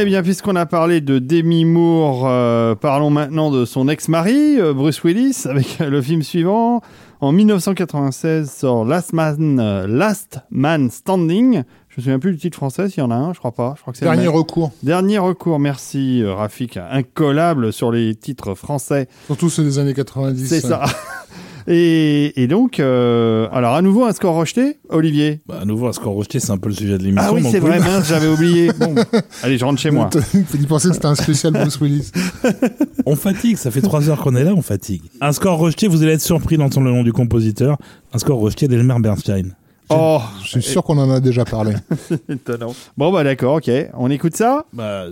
Très bien, puisqu'on a parlé de Demi Moore, parlons maintenant de son ex-mari, Bruce Willis, avec le film suivant. En 1996 sort Last Man Standing. Je me souviens plus du titre français, s'il y en a un, je crois pas. Je crois que c'est Dernier recours. Dernier recours, merci Rafik. Incollable sur les titres français. Surtout ceux des années 90. C'est ça. Et donc, alors à nouveau un score rejeté, Olivier. À nouveau un score rejeté, c'est un peu le sujet de l'émission. Ah oui, c'est vrai, mince, j'avais oublié. Bon, allez, je rentre chez moi. Il pensait que c'était un spécial Bruce Willis. On fatigue, ça fait 3 heures qu'on est là, on fatigue. Un score rejeté, vous allez être surpris d'entendre le nom du compositeur. Un score rejeté d'Elmer Bernstein. Oh, je suis sûr qu'on en a déjà parlé. C'est étonnant. Bon bah d'accord, ok, on écoute ça.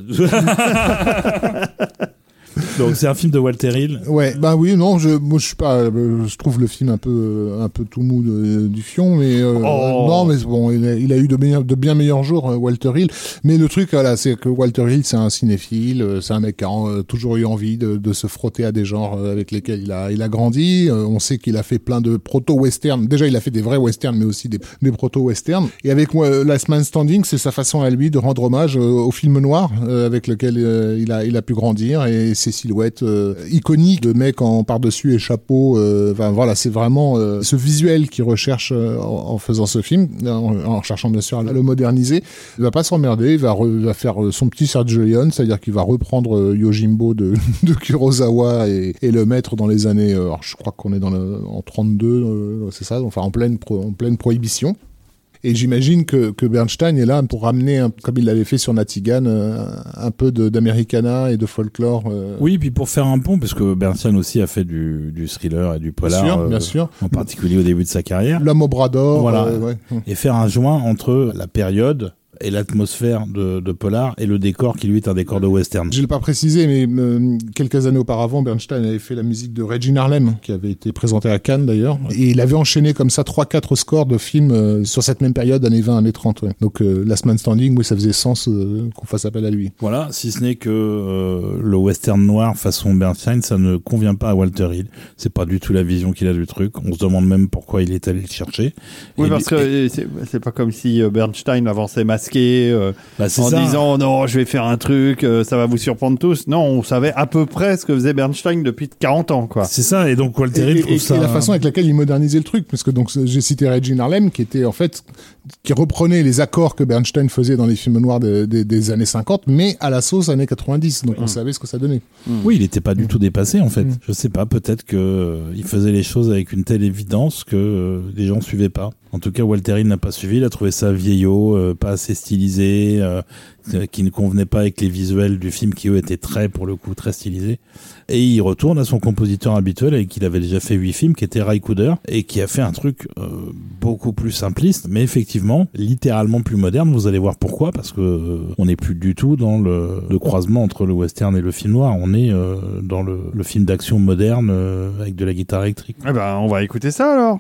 Donc c'est un film de Walter Hill. Ouais, bah oui, non, moi je suis pas, je trouve le film un peu tout mou du fion, mais non, mais bon, il a eu de bien meilleurs jours, Walter Hill. Mais le truc, voilà, c'est que Walter Hill, c'est un cinéphile, c'est un mec qui a toujours eu envie de se frotter à des genres avec lesquels il a grandi. On sait qu'il a fait plein de proto-westerns. Déjà, il a fait des vrais westerns, mais aussi des proto-westerns. Et avec Last Man Standing, c'est sa façon à lui de rendre hommage au film noir avec lequel il a pu grandir, et ces silhouettes iconiques de mecs en par-dessus et chapeau. Enfin voilà, c'est vraiment ce visuel qu'il recherche en faisant ce film, en cherchant bien sûr à le moderniser. Il va pas s'emmerder, il va faire son petit Sergio Leone, c'est-à-dire qu'il va reprendre Yojimbo de Kurosawa et le mettre dans les années, alors je crois qu'on est en 32, c'est ça, enfin en pleine prohibition. Et j'imagine que Bernstein est là pour ramener, comme il l'avait fait sur Natigan, un peu d'Americana et de folklore. Oui, puis pour faire un pont, parce que Bernstein aussi a fait du thriller et du polar, bien sûr. En particulier au début de sa carrière. L'homme au bras d'or. Voilà. Ouais. Et faire un joint entre la période et l'atmosphère de polar et le décor qui lui est un décor de western. Je l'ai pas précisé, mais quelques années auparavant, Bernstein avait fait la musique de Regine Harlem, qui avait été présentée à Cannes d'ailleurs, et il avait enchaîné comme ça 3-4 scores de films sur cette même période, années 20, années 30. Ouais. Donc Last Man Standing, oui, ça faisait sens qu'on fasse appel à lui. Voilà, si ce n'est que le western noir façon Bernstein, ça ne convient pas à Walter Hill. C'est pas du tout la vision qu'il a du truc. On se demande même pourquoi il est allé le chercher. Oui, parce que c'est pas comme si Bernstein avançait masqué en ça. disant non, je vais faire un truc, ça va vous surprendre tous. Non, on savait à peu près ce que faisait Bernstein depuis 40 ans, quoi. C'est ça, et donc Walter Hill trouve ça. Et la façon avec laquelle il modernisait le truc, parce que donc j'ai cité Regine Harlem, qui reprenait les accords que Bernstein faisait dans les films noirs des années 50, mais à la sauce années 90. Donc on savait ce que ça donnait. Oui, il n'était pas du tout dépassé, en fait. Je sais pas, peut-être que il faisait les choses avec une telle évidence que les gens suivaient pas. En tout cas, Walter Hill n'a pas suivi, il a trouvé ça vieillot, pas assez stylisé, qui ne convenait pas avec les visuels du film qui eux étaient pour le coup, très stylisés. Et il retourne à son compositeur habituel avec qui il avait déjà fait 8 films, qui était Ray Cooder, et qui a fait un truc beaucoup plus simpliste, mais effectivement, littéralement plus moderne. Vous allez voir pourquoi, parce que on n'est plus du tout dans le croisement entre le western et le film noir. On est dans le film d'action moderne avec de la guitare électrique. Eh ben, on va écouter ça alors.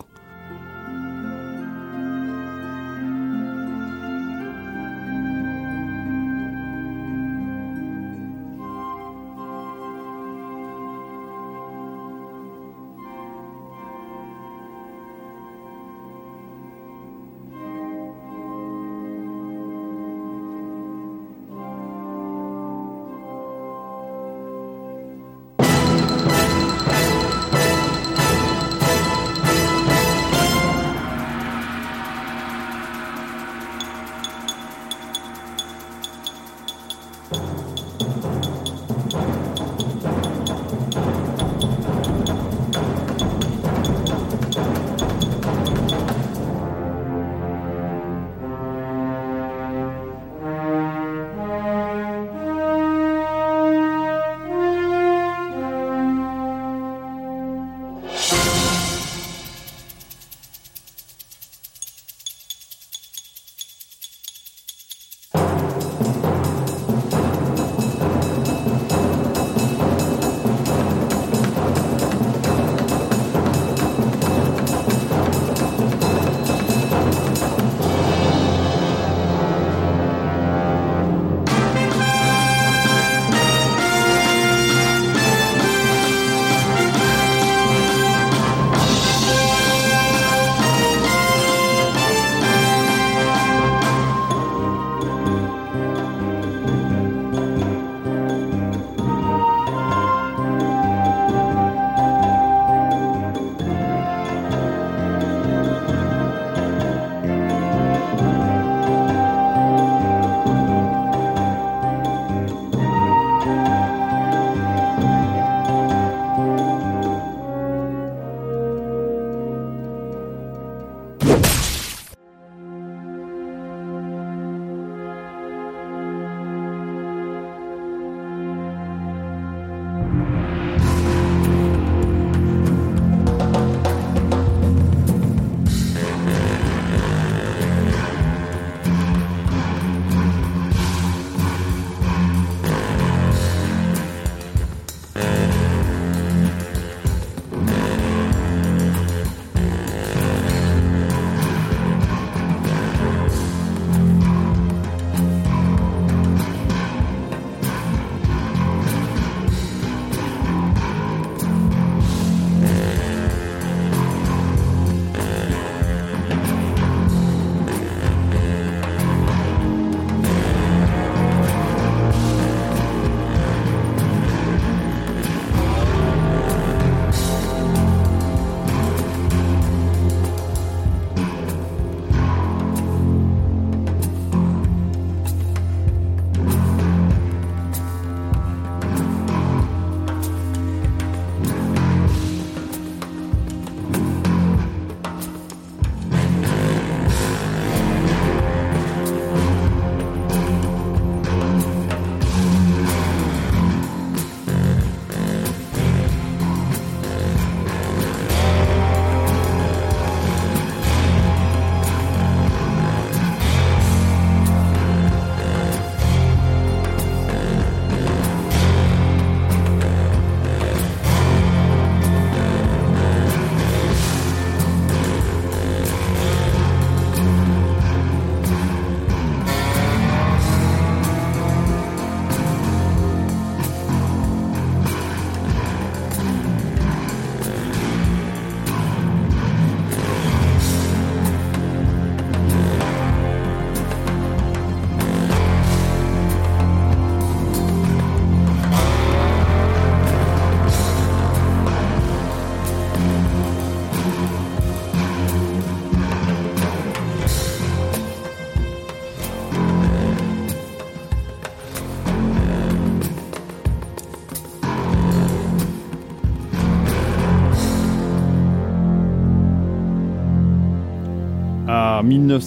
Alors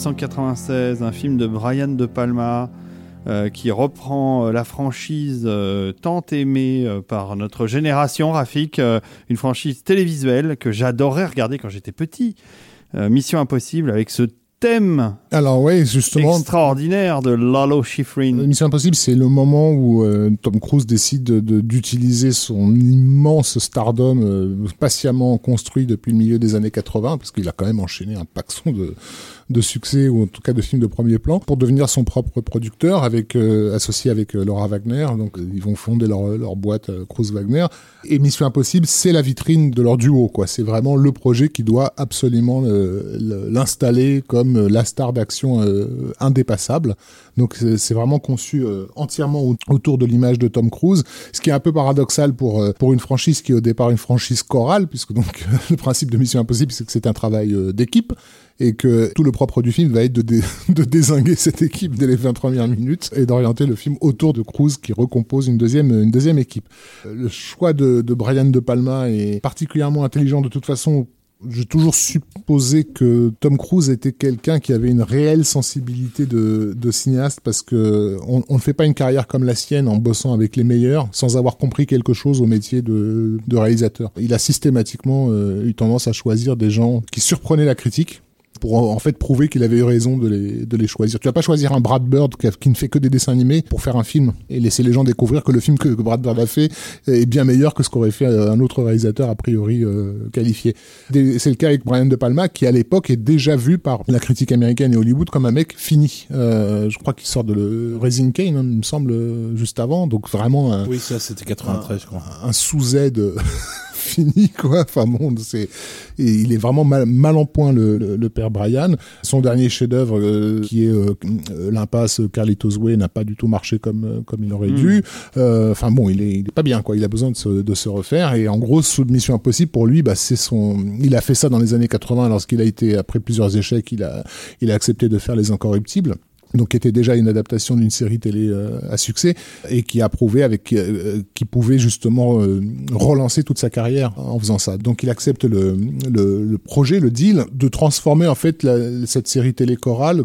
1996, un film de Brian De Palma qui reprend la franchise tant aimée par notre génération, Rafik, une franchise télévisuelle que j'adorais regarder quand j'étais petit. Mission Impossible avec ce thème justement extraordinaire de Lalo Schifrin. Mission Impossible, c'est le moment où Tom Cruise décide d'utiliser son immense stardom patiemment construit depuis le milieu des années 80, parce qu'il a quand même enchaîné un paxon de succès, ou en tout cas de films de premier plan, pour devenir son propre producteur, associé avec Laura Wagner. Donc ils vont fonder leur boîte Cruise Wagner. Et Mission Impossible, c'est la vitrine de leur duo, quoi. C'est vraiment le projet qui doit absolument l'installer comme la star d'action indépassable. Donc c'est vraiment conçu entièrement autour de l'image de Tom Cruise, ce qui est un peu paradoxal pour une franchise qui est au départ une franchise chorale, puisque donc le principe de Mission Impossible, c'est que c'est un travail d'équipe, et que tout le propre du film va être de dézinguer cette équipe dès les 20 premières minutes et d'orienter le film autour de Cruise qui recompose une deuxième équipe. Le choix de Brian De Palma est particulièrement intelligent de toute façon. J'ai toujours supposé que Tom Cruise était quelqu'un qui avait une réelle sensibilité de cinéaste, parce que on ne fait pas une carrière comme la sienne en bossant avec les meilleurs sans avoir compris quelque chose au métier de réalisateur. Il a systématiquement eu tendance à choisir des gens qui surprenaient la critique, pour en fait prouver qu'il avait eu raison de les choisir. Tu vas pas choisir un Brad Bird qui ne fait que des dessins animés pour faire un film et laisser les gens découvrir que le film que Brad Bird a fait est bien meilleur que ce qu'aurait fait un autre réalisateur a priori qualifié. C'est le cas avec Brian De Palma, qui à l'époque est déjà vu par la critique américaine et Hollywood comme un mec fini. Je crois qu'il sort de Raising Cain, il me semble, juste avant. Donc vraiment oui, ça c'était 93, je crois. Un sous-aide fini, quoi. Enfin bon, il est vraiment mal en point, le père Brian. Son dernier chef-d'œuvre, qui est l'impasse Carlitos Way, n'a pas du tout marché comme il aurait dû. Enfin bon, il est pas bien, quoi. Il a besoin de se refaire. Et en gros, Mission Impossible, pour lui, il a fait ça dans les années 80, lorsqu'il a été, après plusieurs échecs, il a accepté de faire Les Incorruptibles. Donc qui était déjà une adaptation d'une série télé à succès, et qui a prouvé qui pouvait justement relancer toute sa carrière en faisant ça. Donc il accepte le projet, le deal de transformer en fait cette série télé chorale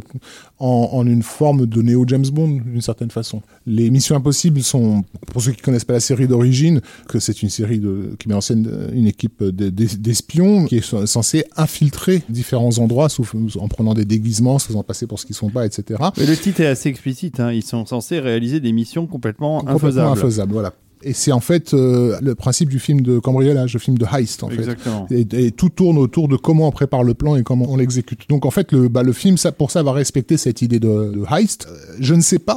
en une forme de néo James Bond d'une certaine façon. Les Missions Impossibles sont, pour ceux qui connaissent pas la série d'origine, que c'est une série qui met en scène une équipe d'espions qui est censée infiltrer différents endroits en prenant des déguisements, se faisant passer pour ce qu'ils sont pas, etc. Mais le titre est assez explicite, hein. Ils sont censés réaliser des missions complètement infaisables. Voilà. Et c'est en fait le principe du film de cambriolage, le film de heist, en Exactement. fait. Et tout tourne autour de comment on prépare le plan et comment on l'exécute. Donc en fait, le film, pour ça, va respecter cette idée de heist. Je ne sais pas,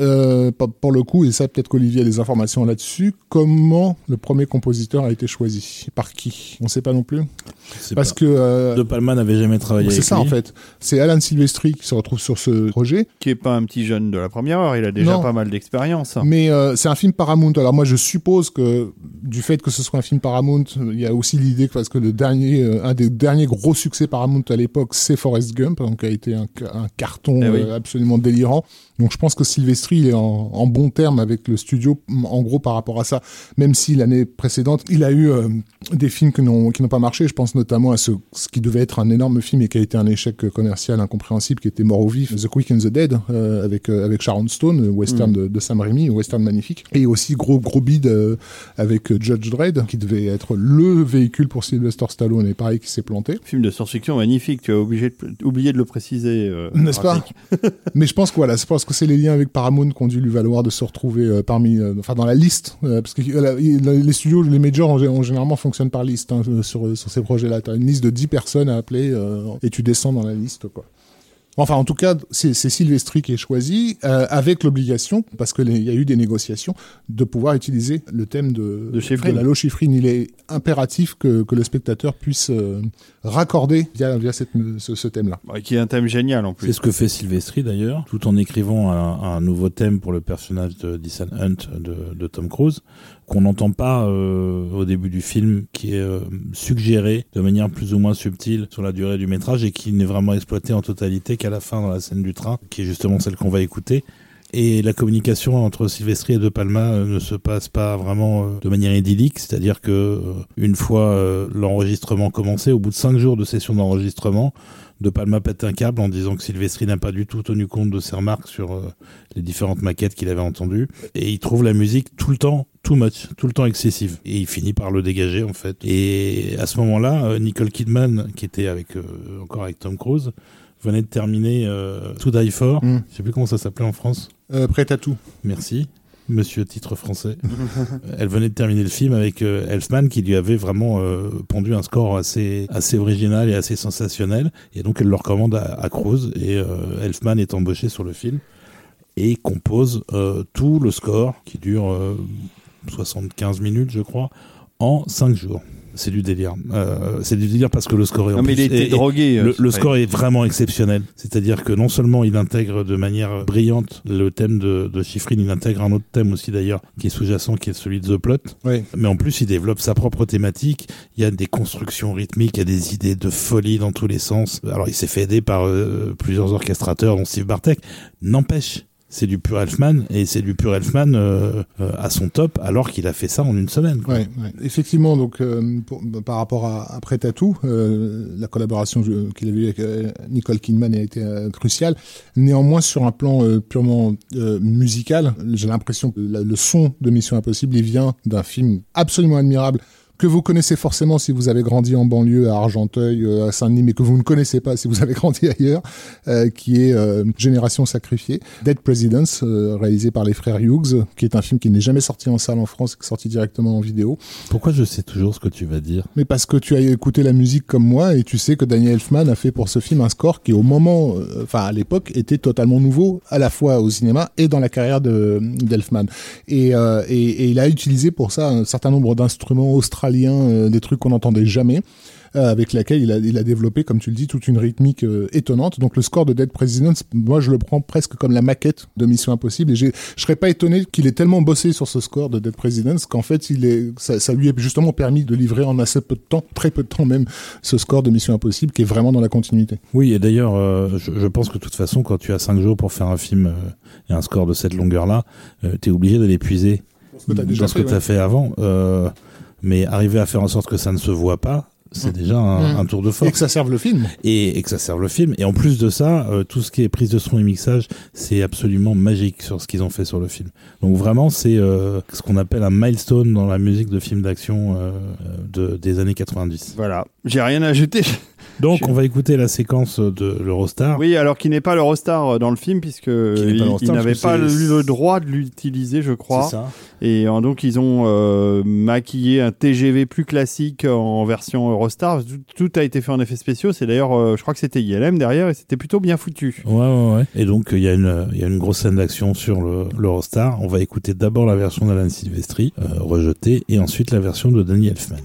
pour le coup, et ça peut-être qu'Olivier a des informations là-dessus, comment le premier compositeur a été choisi. Par qui? On ne sait pas non plus. Parce que De Palma n'avait jamais travaillé avec lui. C'est ça, en fait. C'est Alan Silvestri qui se retrouve sur ce projet. Qui est pas un petit jeune de la première heure, il a déjà pas mal d'expérience. Mais c'est un film Paramount. Alors moi, je suppose que du fait que ce soit un film Paramount, il y a aussi l'idée que parce que un des derniers gros succès Paramount à l'époque, c'est Forrest Gump, donc qui a été un carton absolument délirant. Donc je pense que Silvestri, il est en bon terme avec le studio, en gros, par rapport à ça. Même si l'année précédente, il a eu des films qui n'ont pas marché. Je pense notamment à ce qui devait être un énorme film et qui a été un échec commercial incompréhensible, qui était Mort au vif, The Quick and the Dead, avec Sharon Stone, western de Sam Raimi, western magnifique. Et aussi gros bid avec Judge Dredd, qui devait être le véhicule pour Sylvester Stallone, et pareil, qui s'est planté. Film de science-fiction magnifique, tu as oublié de le préciser. N'est-ce pas? Mais je pense que c'est les liens avec Paramount qui ont dû lui valoir de se retrouver dans la liste, parce que les studios, les majors ont généralement fonctionnent par liste, hein, sur ces projets-là. T'as une liste de 10 personnes à appeler et tu descends dans la liste, quoi. Enfin, en tout cas, c'est Silvestri qui est choisi, avec l'obligation, parce qu'il y a eu des négociations, de pouvoir utiliser le thème de Lalo Schifrin. Il est impératif que le spectateur puisse raccorder via ce thème-là. Qui est un thème génial, en plus. C'est ce que fait Silvestri, d'ailleurs, tout en écrivant un nouveau thème pour le personnage d'Ethan Hunt de Tom Cruise, qu'on n'entend pas au début du film, qui est suggéré de manière plus ou moins subtile sur la durée du métrage et qui n'est vraiment exploité en totalité qu'à la fin dans la scène du train, qui est justement celle qu'on va écouter. Et la communication entre Silvestri et De Palma ne se passe pas vraiment de manière idyllique, c'est-à-dire que une fois l'enregistrement commencé, au bout de 5 jours de session d'enregistrement, De Palma pète un câble en disant que Silvestri n'a pas du tout tenu compte de ses remarques sur les différentes maquettes qu'il avait entendues. Et il trouve la musique tout le temps too much, tout le temps excessive. Et il finit par le dégager, en fait. Et à ce moment-là, Nicole Kidman, qui était encore avec Tom Cruise, venait de terminer To Die For. Je sais plus comment ça s'appelait en France. Prêt à tout. Merci. Monsieur titre français. Elle venait de terminer le film avec Elfman qui lui avait vraiment pondu un score assez original et assez sensationnel. Et donc elle le recommande à Cruise et Elfman est embauché sur le film et compose tout le score qui dure 75 minutes je crois en 5 jours. C'est du délire. C'est du délire parce que le score est... Non, mais il était drogué. Le score est vraiment exceptionnel. C'est-à-dire que non seulement il intègre de manière brillante le thème de Schifrin, il intègre un autre thème aussi d'ailleurs qui est sous-jacent, qui est celui de The Plot. Oui. Mais en plus, il développe sa propre thématique. Il y a des constructions rythmiques, il y a des idées de folie dans tous les sens. Alors, il s'est fait aider par plusieurs orchestrateurs, dont Steve Bartek. N'empêche, c'est du pur Elfman, et c'est du pur Elfman à son top, alors qu'il a fait ça en une semaine. Quoi. Ouais. Effectivement, donc par rapport à Prêt à tout, la collaboration qu'il a eue avec Nicole Kidman a été cruciale. Néanmoins, sur un plan purement musical, j'ai l'impression que le son de Mission Impossible, il vient d'un film absolument admirable, que vous connaissez forcément si vous avez grandi en banlieue à Argenteuil, à Saint-Denis, mais que vous ne connaissez pas si vous avez grandi ailleurs, qui est Génération sacrifiée, Dead Presidents, réalisé par les frères Hughes, qui est un film qui n'est jamais sorti en salle en France, qui est sorti directement en vidéo. Pourquoi je sais toujours ce que tu vas dire ? Mais parce que tu as écouté la musique comme moi et tu sais que Danny Elfman a fait pour ce film un score qui au moment, à l'époque, était totalement nouveau, à la fois au cinéma et dans la carrière d'Elfman. Et il a utilisé pour ça un certain nombre d'instruments australiens, des trucs qu'on n'entendait jamais, avec laquelle il a développé, comme tu le dis, toute une rythmique étonnante. Donc le score de Dead Presidents, moi je le prends presque comme la maquette de Mission Impossible, et je serais pas étonné qu'il ait tellement bossé sur ce score de Dead Presidents qu'en fait ça lui a justement permis de livrer en assez peu de temps, très peu de temps même, ce score de Mission Impossible qui est vraiment dans la continuité. Oui, et d'ailleurs je pense que de toute façon quand tu as 5 jours pour faire un film et un score de cette longueur-là, t'es obligé de l'épuiser dans ce que t'as fait avant. Mais arriver à faire en sorte que ça ne se voit pas, c'est déjà un tour de force. Et que ça serve le film. Et que ça serve le film. Et en plus de ça, tout ce qui est prise de son et mixage, c'est absolument magique sur ce qu'ils ont fait sur le film. Donc vraiment, c'est ce qu'on appelle un milestone dans la musique de films d'action des années 90. Voilà, j'ai rien à ajouter. Donc on va écouter la séquence de l'Eurostar. Oui, alors qui n'est pas l'Eurostar dans le film, puisque il n'avait pas le droit de l'utiliser, je crois. C'est ça. Et donc ils ont maquillé un TGV plus classique en version Eurostar. Tout a été fait en effets spéciaux. C'est d'ailleurs, je crois que c'était ILM derrière, et c'était plutôt bien foutu. Ouais. Et donc il y a une grosse scène d'action sur l'Eurostar. On va écouter d'abord la version d'Alan Silvestri, rejetée, et ensuite la version de Danny Elfman.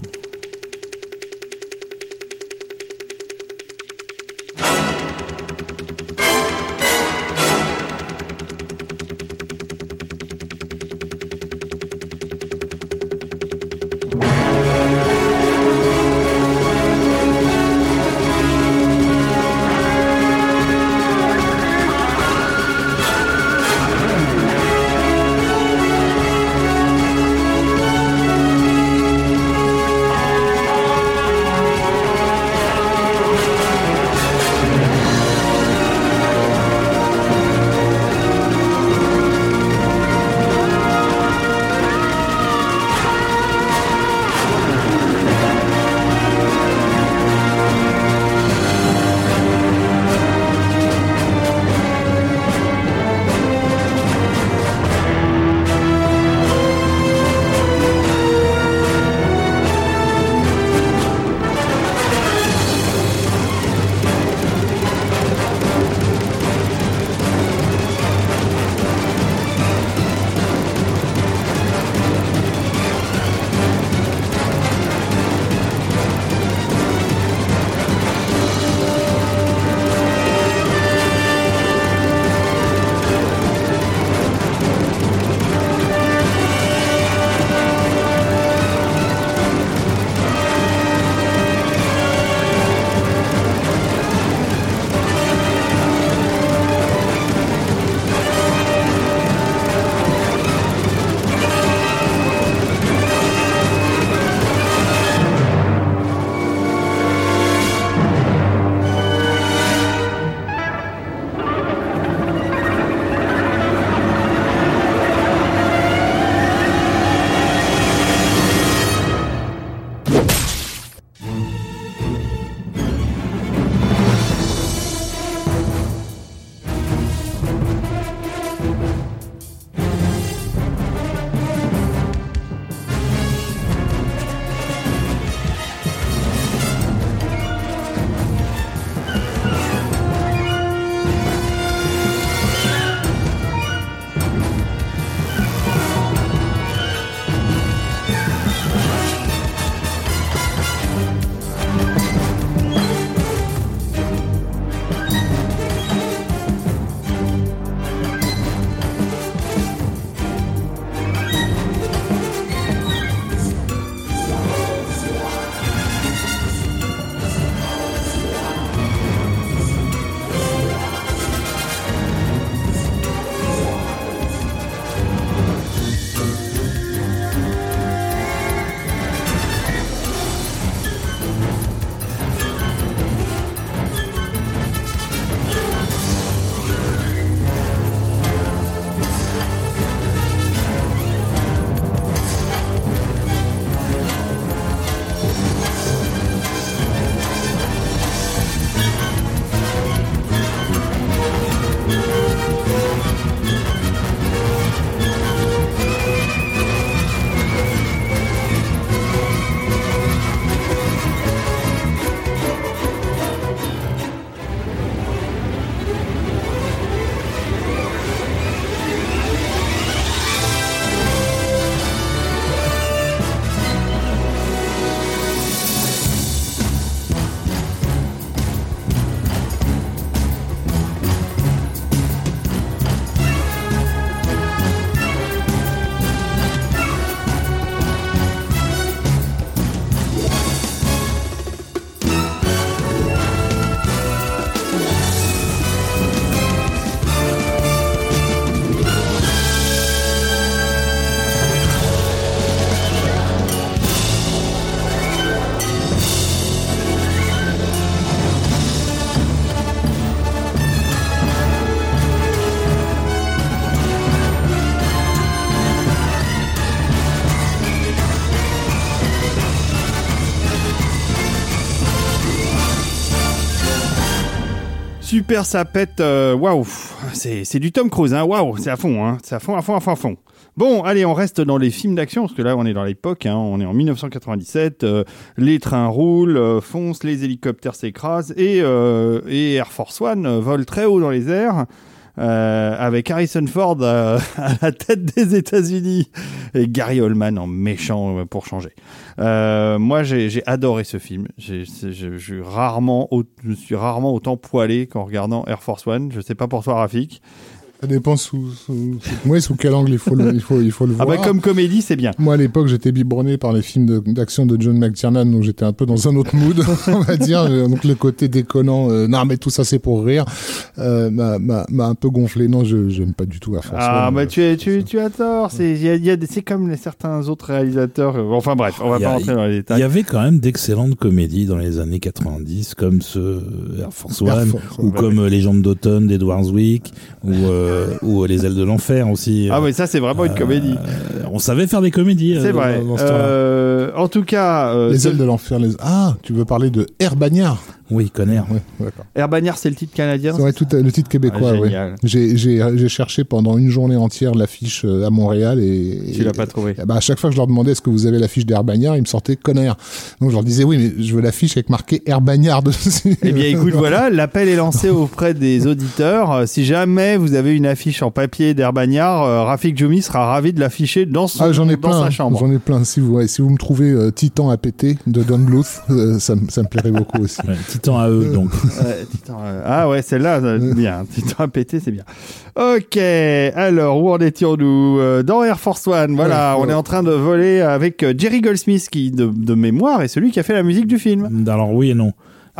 Super, ça pète. Waouh, c'est du Tom Cruise, hein. Waouh, c'est à fond, hein. C'est à fond. Bon, allez, on reste dans les films d'action, parce que là, on est dans l'époque, hein, on est en 1997, les trains roulent, foncent, les hélicoptères s'écrasent, et Air Force One vole très haut dans les airs, avec Harrison Ford à la tête des États-Unis, et Gary Oldman en méchant pour changer. Moi, j'ai adoré ce film. Je suis rarement autant poilé qu'en regardant Air Force One. Je sais pas pour toi, Rafik. Ça dépend sous quel angle il faut le voir. Ah bah comme comédie, c'est bien. Moi, à l'époque, j'étais biberonné par les films d'action de John McTiernan, donc j'étais un peu dans un autre mood, on va dire. Donc le côté déconnant, non mais tout ça c'est pour rire, m'a un peu gonflé. Non, je n'aime pas du tout Air Force One. Ah bah tu as tort. C'est comme certains autres réalisateurs. Enfin bref, on va pas rentrer dans les détails. Il y avait quand même d'excellentes comédies dans les années 90, comme ce Air Force One, ou comme Légende d'automne d'Edward Zwick, ou Les ailes de l'enfer aussi. Ah oui, ça c'est vraiment une comédie. On savait faire des comédies. C'est vrai. Dans ce temps-là. En tout cas, Les ailes de l'enfer. Ah, tu veux parler de Air Bagnard? Oui, Conner. Ouais, d'accord. Air Bagnard, c'est le titre canadien. C'est vrai, le titre québécois. Ah, génial. Ouais. J'ai cherché pendant une journée entière l'affiche à Montréal et tu l'as pas trouvé. Bah à chaque fois que je leur demandais est-ce que vous avez l'affiche d'Air Bagnard, ils me sortaient Conner. Donc je leur disais oui, mais je veux l'affiche avec marqué Air Bagnard dessus. Eh bien, écoute, voilà, l'appel est lancé auprès des auditeurs. Si jamais vous avez une affiche en papier d'Air Bagnard, Rafik Djoumi sera ravi de l'afficher dans sa chambre. J'en ai plein. Si vous me trouvez Titan à péter de Don Bluth, ça me plairait beaucoup aussi. Ouais, Titan à eux, donc. Ah ouais, celle-là, bien. Titan à péter, c'est bien. Ok, alors, où en étions-nous? Dans Air Force One, voilà, on est en train de voler avec Jerry Goldsmith, qui, de mémoire, est celui qui a fait la musique du film. Alors, oui et non.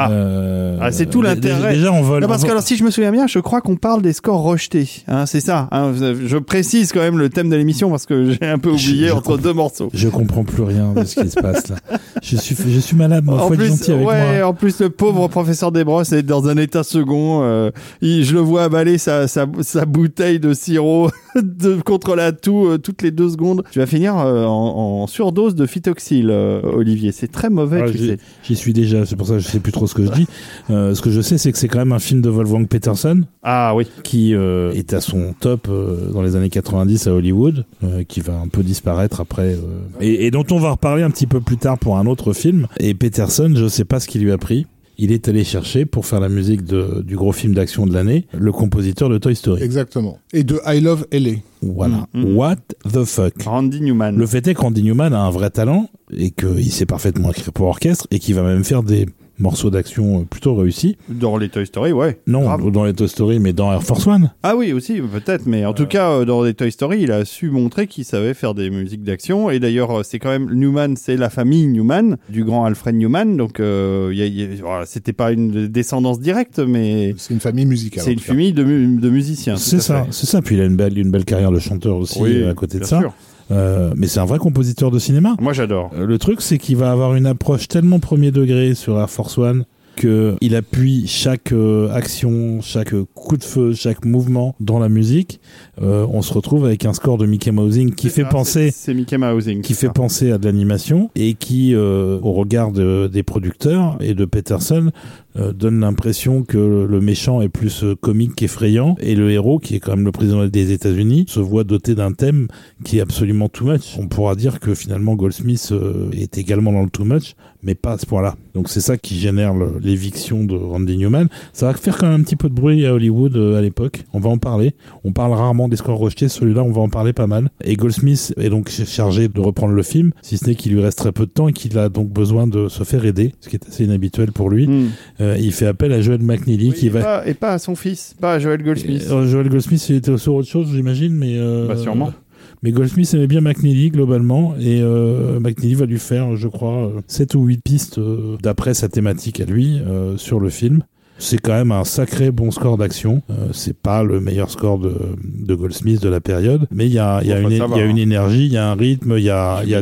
C'est tout l'intérêt. Déjà, on vole. Non, parce que alors, si je me souviens bien, je crois qu'on parle des scores rejetés. Hein, c'est ça. Hein, je précise quand même le thème de l'émission parce que j'ai un peu oublié entre deux morceaux. Je comprends plus rien de ce qui se passe là. Je suis malade. Moi, faut être gentil avec moi. En plus, le pauvre professeur Desbrosses est dans un état second. Je le vois avaler sa bouteille de sirop contre la toux toutes les 2 secondes. Tu vas finir en surdose de phytoxyl, Olivier. C'est très mauvais. J'y suis déjà. C'est pour ça que je sais plus trop ce que je dis. Ce que je sais, c'est que c'est quand même un film de Wolfgang Petersen. Ah oui. Qui est à son top dans les années 90 à Hollywood, qui va un peu disparaître après, et dont on va reparler un petit peu plus tard pour un autre film. Et Petersen, je sais pas ce qui lui a pris. Il est allé chercher, pour faire la musique du gros film d'action de l'année, le compositeur de Toy Story. Exactement. Et de I Love L.A. Voilà. What the fuck? Randy Newman. Le fait est que Randy Newman a un vrai talent, et qu'il sait parfaitement écrire pour orchestre, et qu'il va même faire des morceaux d'action plutôt réussis. Dans les Toy Story, ouais. Non, grave. Dans les Toy Story, mais dans Air Force One. Ah oui, aussi, peut-être, mais en tout cas, dans les Toy Story, il a su montrer qu'il savait faire des musiques d'action, et d'ailleurs, c'est quand même, Newman, c'est la famille Newman, du grand Alfred Newman, donc voilà, c'était pas une descendance directe, mais... C'est une famille musicale. C'est une famille de musiciens. C'est ça, puis il a une belle carrière de chanteur aussi, oui, à côté de ça. Sûr. Mais c'est un vrai compositeur de cinéma. Moi, j'adore. Le truc, c'est qu'il va avoir une approche tellement premier degré sur Air Force One qu'il appuie chaque action, chaque coup de feu, chaque mouvement dans la musique. On se retrouve avec un score de Mickey Mousing qui fait penser, c'est Mickey Mousing, qui fait penser à de l'animation et qui, au regard des producteurs et de Petersen, donne l'impression que le méchant est plus comique qu'effrayant, et le héros, qui est quand même le président des États-Unis, se voit doté d'un thème qui est absolument too much. On pourra dire que finalement Goldsmith est également dans le too much, mais pas à ce point-là. Donc c'est ça qui génère l'éviction de Randy Newman. Ça va faire quand même un petit peu de bruit à Hollywood à l'époque. On va en parler. On parle rarement des scores rejetés. Celui-là, on va en parler pas mal. Et Goldsmith est donc chargé de reprendre le film, si ce n'est qu'il lui reste très peu de temps et qu'il a donc besoin de se faire aider, ce qui est assez inhabituel pour lui. Il fait appel à Joel McNeely, et pas à son fils, pas à Joel Goldsmith. Joel Goldsmith, il était sur autre chose, j'imagine, mais sûrement. Mais Goldsmith aimait bien McNeely globalement, et McNeely va lui faire, je crois, 7 ou 8 pistes d'après sa thématique à lui sur le film. C'est quand même un sacré bon score d'action. C'est pas le meilleur score de Goldsmith de la période, mais il y a une énergie, il y a un rythme, il y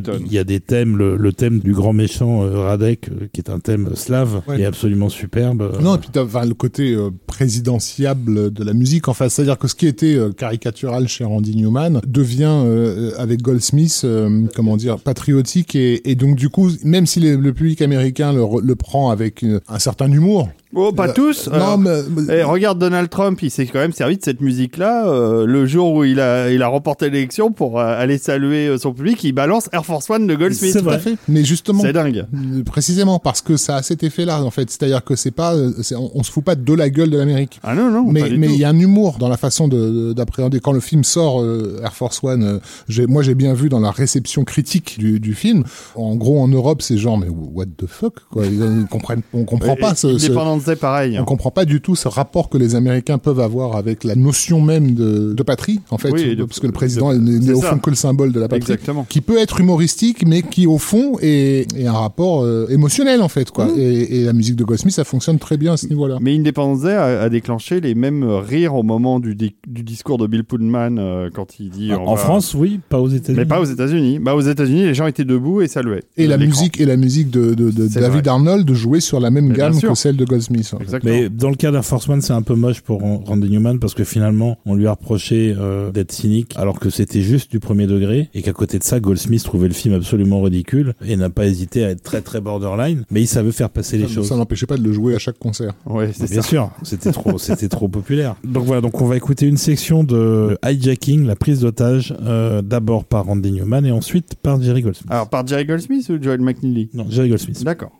a des thèmes. Le thème du grand méchant Radek, qui est un thème slave, est absolument superbe. Non, et puis t'as le côté présidentiable de la musique. Enfin, c'est-à-dire que ce qui était caricatural chez Randy Newman devient avec Goldsmith, patriotique, et donc du coup, même si le public américain le prend avec un certain humour. Oh, pas tous. tous. Et regarde Donald Trump, il s'est quand même servi de cette musique-là le jour où il a remporté l'élection pour aller saluer son public. Il balance Air Force One de Goldsmith. C'est vrai. Mais justement, c'est dingue. Précisément parce que ça a cet effet-là en fait. C'est-à-dire que on se fout pas de la gueule de l'Amérique. Ah non. Mais il y a un humour dans la façon d'appréhender. Quand le film sort, Air Force One, moi j'ai bien vu dans la réception critique du film. En gros, en Europe, c'est genre mais what the fuck quoi. On comprend pas pareil. On comprend pas du tout ce rapport que les Américains peuvent avoir avec la notion même de patrie en fait, parce que le président n'est au fond que le symbole de la patrie. Exactement. Qui peut être humoristique, mais qui au fond est un rapport émotionnel en fait quoi. Et la musique de Goldsmith, ça fonctionne très bien à ce niveau-là. Mais Independence Day a déclenché les mêmes rires au moment du discours de Bill Pullman quand il dit en France, oui, pas aux États-Unis. Mais pas aux États-Unis. Aux États-Unis, les gens étaient debout et saluaient. Et la musique de David Arnold de jouer sur la même gamme que celle de Goldsmith. En fait. Mais dans le cas d'Air Force One, c'est un peu moche pour Randy Newman parce que finalement, on lui a reproché d'être cynique alors que c'était juste du premier degré et qu'à côté de ça, Goldsmith trouvait le film absolument ridicule et n'a pas hésité à être très très borderline, mais il savait faire passer les choses. Ça n'empêchait pas de le jouer à chaque concert. Ouais, c'est bien sûr, c'était trop populaire. Donc voilà, on va écouter une section de Hijacking, la prise d'otage, d'abord par Randy Newman et ensuite par Jerry Goldsmith. Alors par Jerry Goldsmith ou Joel McNeely? Non, Jerry Goldsmith. D'accord.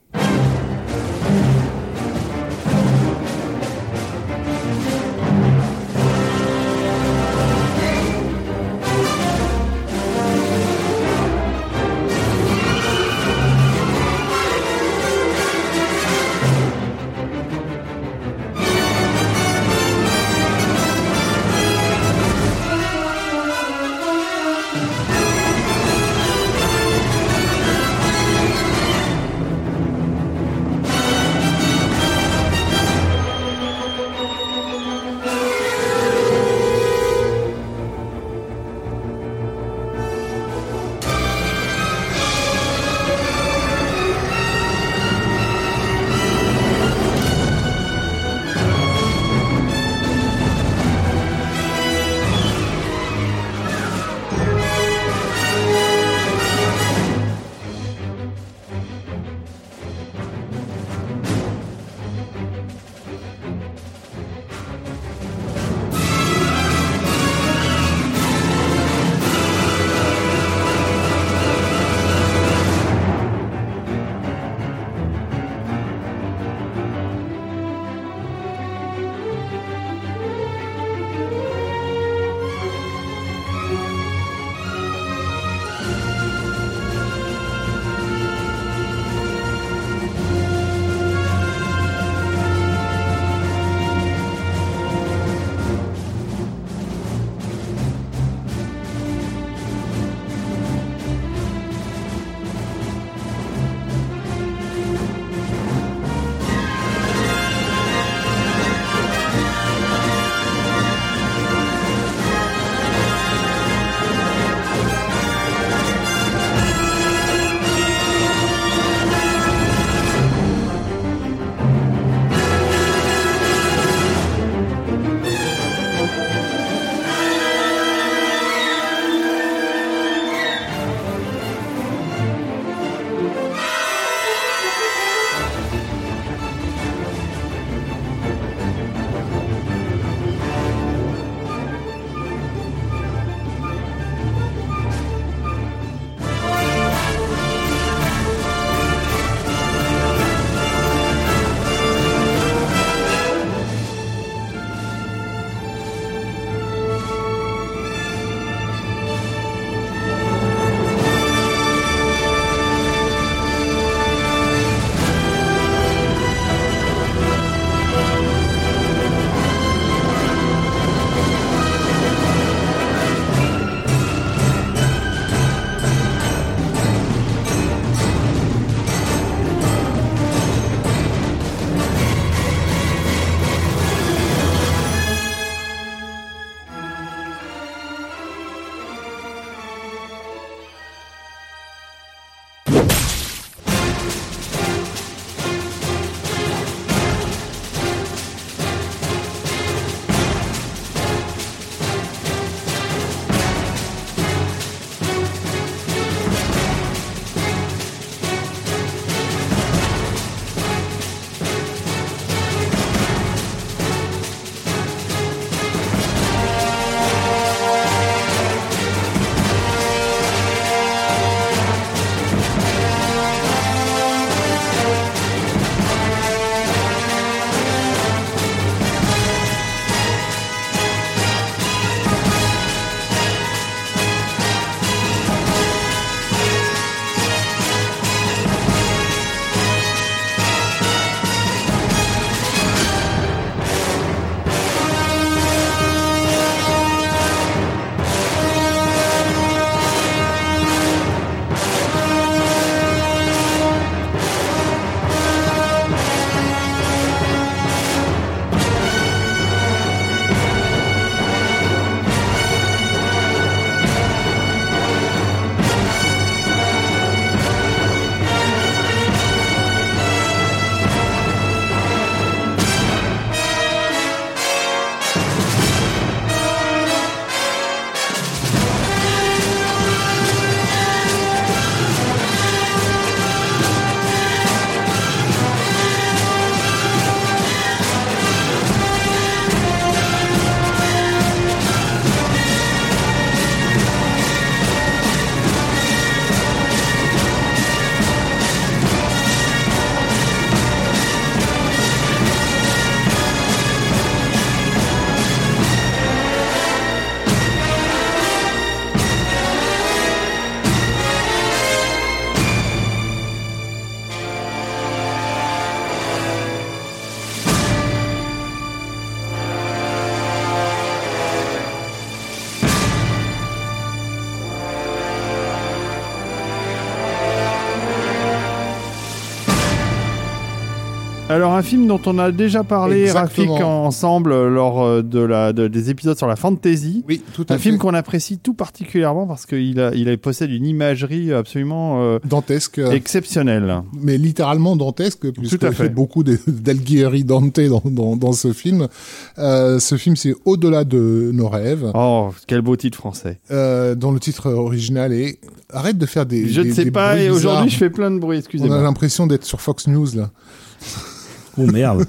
Alors un film dont on a déjà parlé, Exactement. Rafik, ensemble lors des épisodes sur la fantasy. Oui, tout à fait. Un film qu'on apprécie tout particulièrement parce qu'il possède une imagerie absolument dantesque, exceptionnelle. mais littéralement dantesque, puisqu'il fait. fait beaucoup d'Alighieri Dante dans ce film. Ce film, c'est Au-delà de nos rêves. Oh, quel beau titre français. Dont le titre original est Arrête de faire des. Je ne sais pas, bruits et aujourd'hui bizarres. je fais plein de bruit, On a excusez-moi. l'impression d'être sur Fox News là. Oh merde.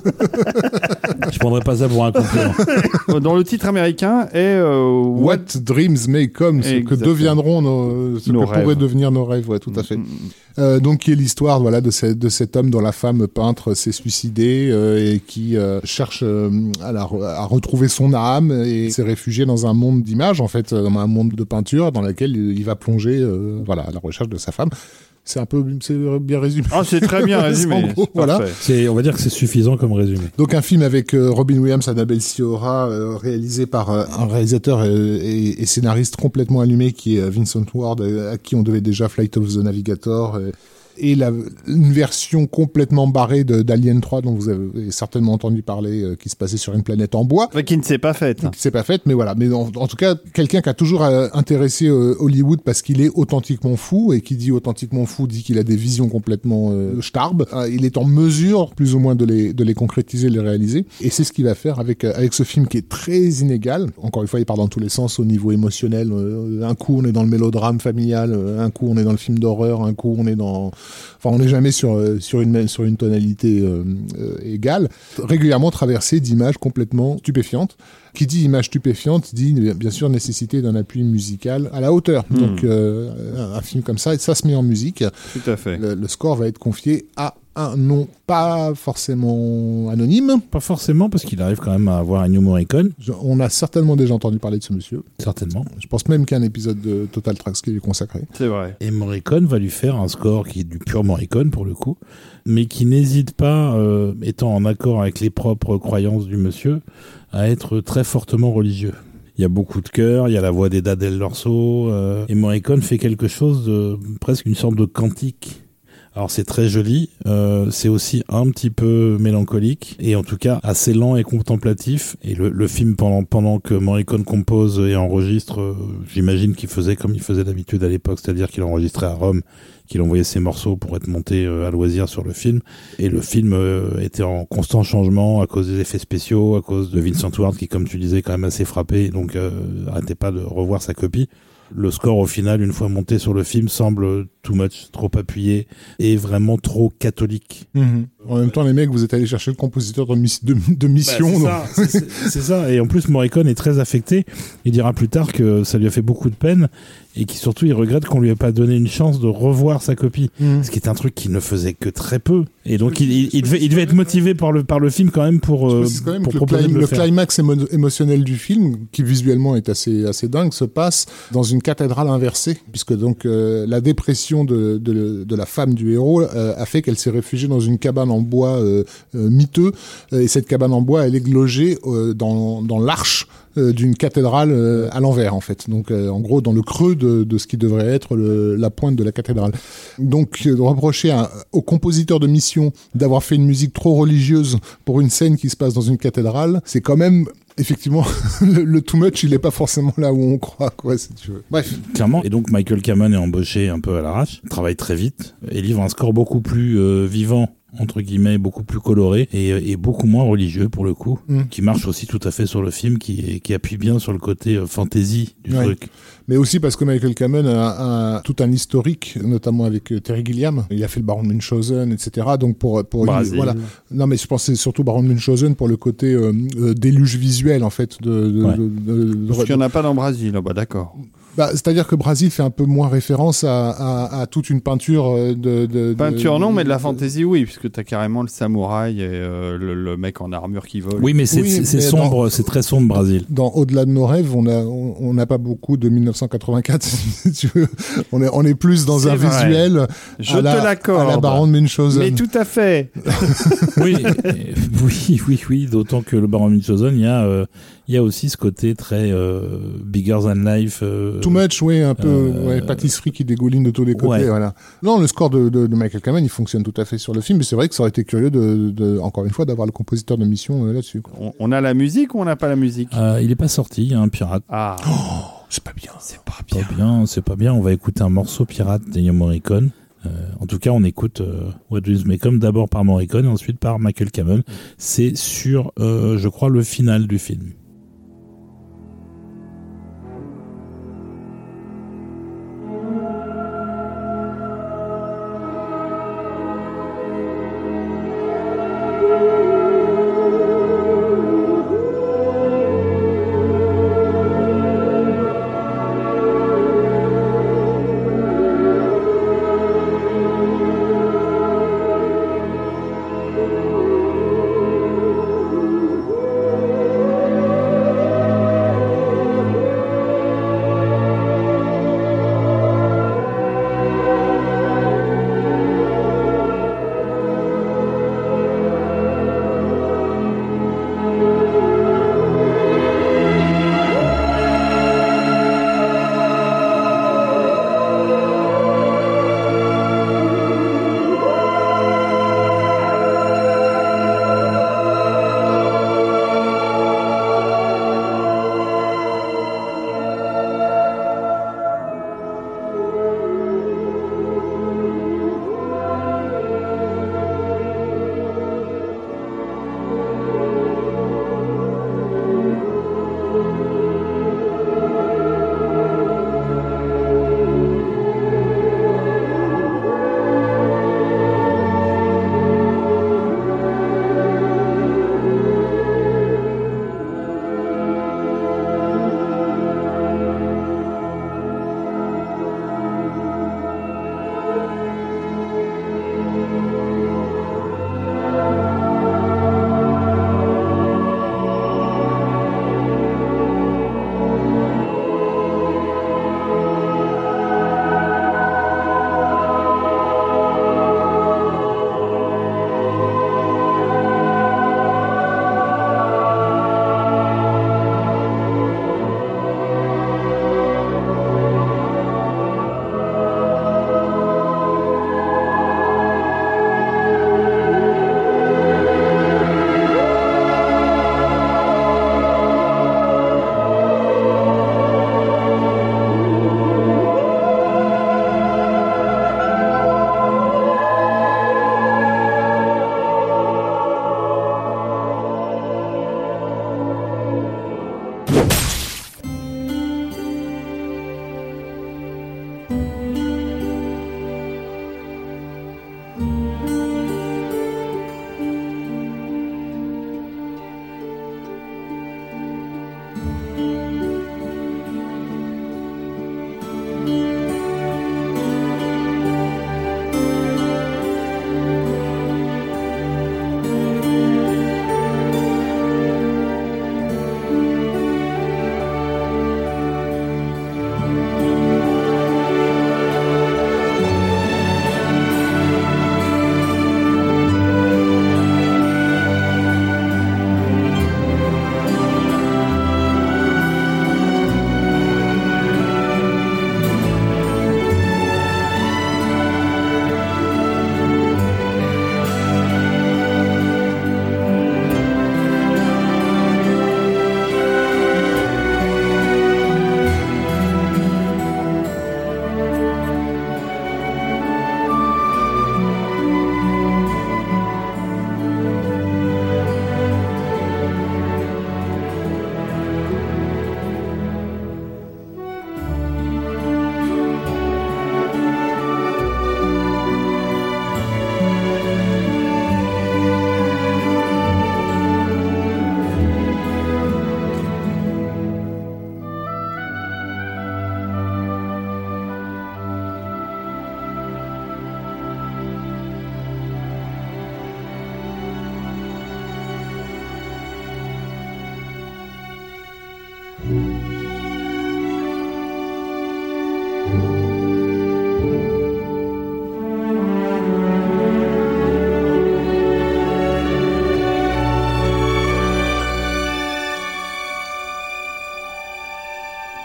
Je prendrais pas ça pour un compliment. Dont le titre américain est What Dreams May Come, ce que Exactement. deviendront ce Nos que rêves. pourraient devenir nos rêves, ouais, tout à fait. Donc qui est l'histoire voilà de cet homme dont la femme peintre s'est suicidée et qui cherche à retrouver son âme et s'est réfugié dans un monde d'images en fait, dans un monde de peinture dans lequel il va plonger voilà à la recherche de sa femme. C'est bien résumé. Ah, c'est très bien résumé. En gros, c'est voilà. parfait. On va dire que c'est suffisant comme résumé. Donc un film avec Robin Williams, Annabelle Sciorra, réalisé par un réalisateur et scénariste complètement allumé qui est Vincent Ward, à qui on devait déjà Flight of the Navigator, et une version complètement barrée d'Alien 3 dont vous avez certainement entendu parler, qui se passait sur une planète en bois. Qui ne s'est pas faite. Qui s'est pas faite, mais voilà. Mais en tout cas, quelqu'un qui a toujours intéressé Hollywood parce qu'il est authentiquement fou, et qui dit authentiquement fou dit qu'il a des visions complètement starbes. Il est en mesure, plus ou moins, de les concrétiser, de les réaliser. Et c'est ce qu'il va faire avec ce film qui est très inégal. Encore une fois, il part dans tous les sens au niveau émotionnel. Un coup, on est dans le mélodrame familial. Un coup, on est dans le film d'horreur. Un coup, on est on n'est jamais sur une tonalité égale, régulièrement traversée d'images complètement stupéfiantes. Qui dit image stupéfiante dit bien sûr nécessité d'un appui musical à la hauteur. Donc un film comme ça se met en musique. Tout à fait. Le score va être confié à un nom pas forcément anonyme. Pas forcément, parce qu'il arrive quand même à avoir Ennio Morricone. On a certainement déjà entendu parler de ce monsieur. Certainement. Je pense même qu'il y a un épisode de Total Tracks qui lui est consacré. C'est vrai. Et Morricone va lui faire un score qui est du pur Morricone pour le coup, mais qui n'hésite pas, étant en accord avec les propres croyances du monsieur, à être très fortement religieux. Il y a beaucoup de chœurs, il y a la voix d'Eda del Lorso, et Morricone fait quelque chose de presque une sorte de cantique. Alors c'est très joli, c'est aussi un petit peu mélancolique, et en tout cas assez lent et contemplatif. Et le film, pendant que Morricone compose et enregistre, j'imagine qu'il faisait comme il faisait d'habitude à l'époque, c'est-à-dire qu'il enregistrait à Rome, qu'il envoyait ses morceaux pour être montés à loisir sur le film. Et le film était en constant changement à cause des effets spéciaux, à cause de Vincent Ward qui, comme tu disais, quand même assez frappé, donc arrêtait pas de revoir sa copie. Le score, au final, une fois monté sur le film, semble too much, trop appuyé et vraiment trop catholique. En même temps, les mecs, vous êtes allés chercher le compositeur de mission. C'est ça. Et en plus, Morricone est très affecté. Il dira plus tard que ça lui a fait beaucoup de peine et qu'il surtout il regrette qu'on lui ait pas donné une chance de revoir sa copie. Ce qui est un truc qu'il ne faisait que très peu. Et donc il devait être motivé par le film quand même pour proposer de le faire. Climax émotionnel du film, qui visuellement est assez dingue, se passe dans une cathédrale inversée, puisque donc la dépression de la femme du héros a fait qu'elle s'est réfugiée dans une cabane en bois miteux, et cette cabane en bois elle est logée dans l'arche d'une cathédrale à l'envers en fait, donc en gros dans le creux de ce qui devrait être la pointe de la cathédrale. Donc reprocher au compositeur de mission d'avoir fait une musique trop religieuse pour une scène qui se passe dans une cathédrale, c'est quand même effectivement le too much, il est pas forcément là où on croit, quoi, si tu veux. Bref. Clairement. Et donc Michael Kamen est embauché un peu à l'arrache, travaille très vite et livre un score beaucoup plus vivant, entre guillemets, beaucoup plus coloré et beaucoup moins religieux pour le coup, qui marche aussi tout à fait sur le film, qui appuie bien sur le côté fantasy du truc. Mais aussi parce que Michael Kamen a tout un historique, notamment avec Terry Gilliam. Il a fait le Baron Munchausen, etc. Donc pour voilà. Non, mais je pensais surtout Baron Munchausen pour le côté déluge visuel en fait Parce qu'il n'y en a pas dans Brasil, bah d'accord. C'est-à-dire que Brasil fait un peu moins référence à toute une peinture peinture non, mais de la fantaisie oui, puisque t'as carrément le samouraï et le mec en armure qui vole. Oui, mais c'est sombre, c'est très sombre Brasil. Dans Au-delà de nos rêves, on n'a pas beaucoup de 1984. Si tu veux. On est plus dans un visuel à la Baron de Munchausen. Mais tout à fait. oui, d'autant que le Baron Munchausen, il y a aussi ce côté très bigger than life. too much, oui, un peu pâtisserie qui dégouline de tous les côtés, voilà. Non, le score de Michael Kamen, il fonctionne tout à fait sur le film, mais c'est vrai que ça aurait été curieux encore une fois, d'avoir le compositeur de mission là-dessus. On a la musique ou on n'a pas la musique? Il est pas sorti, il y a un pirate. Ah. Oh, c'est pas bien. C'est pas bien. On va écouter un morceau pirate d'Ennio Morricone. En tout cas, on écoute What Dreams May Come d'abord par Morricone et ensuite par Michael Kamen. C'est sur, je crois, le final du film.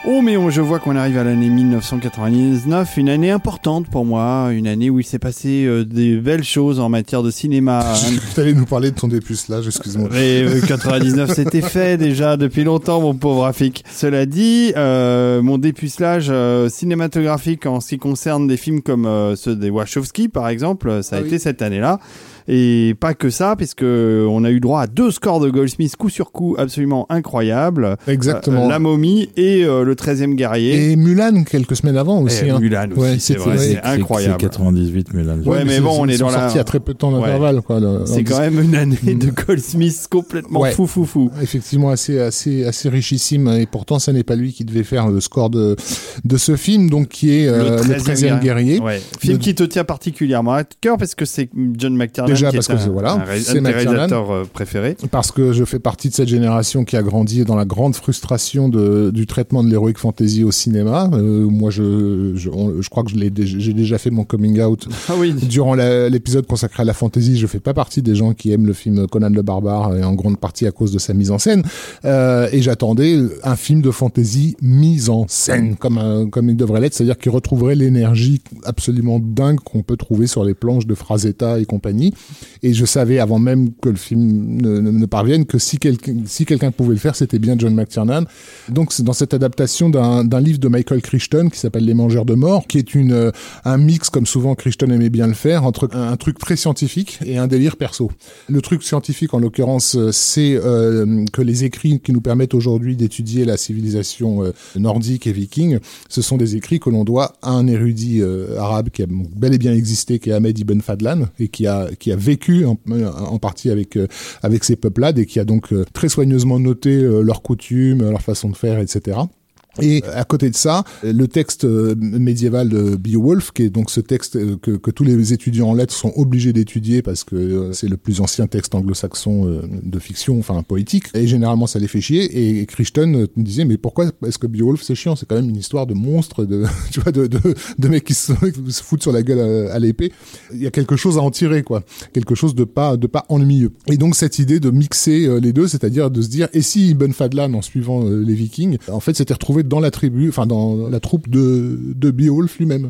Oh mais je vois qu'on arrive à l'année 1999, une année importante pour moi, une année où il s'est passé des belles choses en matière de cinéma. Tu allais nous parler de ton dépucelage, excuse-moi. Mais 99 c'était fait déjà depuis longtemps, mon pauvre Rafik. Cela dit, mon dépucelage cinématographique en ce qui concerne des films comme ceux des Wachowski par exemple, ça a été cette année-là. Et pas que ça, puisque on a eu droit à 2 scores de Goldsmith coup sur coup absolument incroyables. Exactement. La Momie et le 13e guerrier. Et Mulan quelques semaines avant aussi. Mulan aussi, c'est vrai, c'est incroyable. C'est 98 Mulan. Ouais, mais bon, on est dans la... sorti il y a très peu de temps d'intervalle, quoi. C'est quand même une année de Goldsmith complètement fou. Effectivement, assez richissime. Et pourtant, ça n'est pas lui qui devait faire le score de ce film, donc qui est le 13e guerrier. Ouais. Film qui te tient particulièrement à cœur parce que c'est John McTiernan. Déjà qui parce est que un des réalisateurs préférés. Parce que je fais partie de cette génération qui a grandi dans la grande frustration du traitement de l'heroic fantasy au cinéma. Moi, je crois que j'ai déjà fait mon coming out durant l'épisode consacré à la fantasy. Je fais pas partie des gens qui aiment le film Conan le Barbare, et en grande partie à cause de sa mise en scène. Et j'attendais un film de fantasy mis en scène comme il devrait l'être, c'est-à-dire qu'il retrouverait l'énergie absolument dingue qu'on peut trouver sur les planches de Frazetta et compagnie. Et je savais avant même que le film ne parvienne que si quelqu'un pouvait le faire, c'était bien John McTiernan. Donc c'est dans cette adaptation d'un livre de Michael Crichton qui s'appelle Les Mangeurs de Mort, qui est un mix, comme souvent Crichton aimait bien le faire, entre un truc très scientifique et un délire perso. Le truc scientifique en l'occurrence, c'est que les écrits qui nous permettent aujourd'hui d'étudier la civilisation nordique et viking, ce sont des écrits que l'on doit à un érudit arabe qui a bel et bien existé, qui est Ahmed Ibn Fadlan, et qui a vécu en partie avec ces peuplades, et qui a donc très soigneusement noté leurs coutumes, leur façon de faire, etc. Et à côté de ça, le texte médiéval de Beowulf, qui est donc ce texte que tous les étudiants en lettres sont obligés d'étudier parce que c'est le plus ancien texte anglo-saxon de fiction, enfin poétique, et généralement ça les fait chier. Et Crichton disait, mais pourquoi est-ce que Beowulf c'est chiant? C'est quand même une histoire de monstres, tu vois, de mecs qui se foutent sur la gueule à l'épée. Il y a quelque chose à en tirer, quoi, quelque chose de pas ennuyeux. Et donc cette idée de mixer les deux, c'est-à-dire de se dire, et si Ibn Fadlan, en suivant les Vikings, en fait s'était retrouvé dans la tribu, enfin dans la troupe de Beowulf lui-même.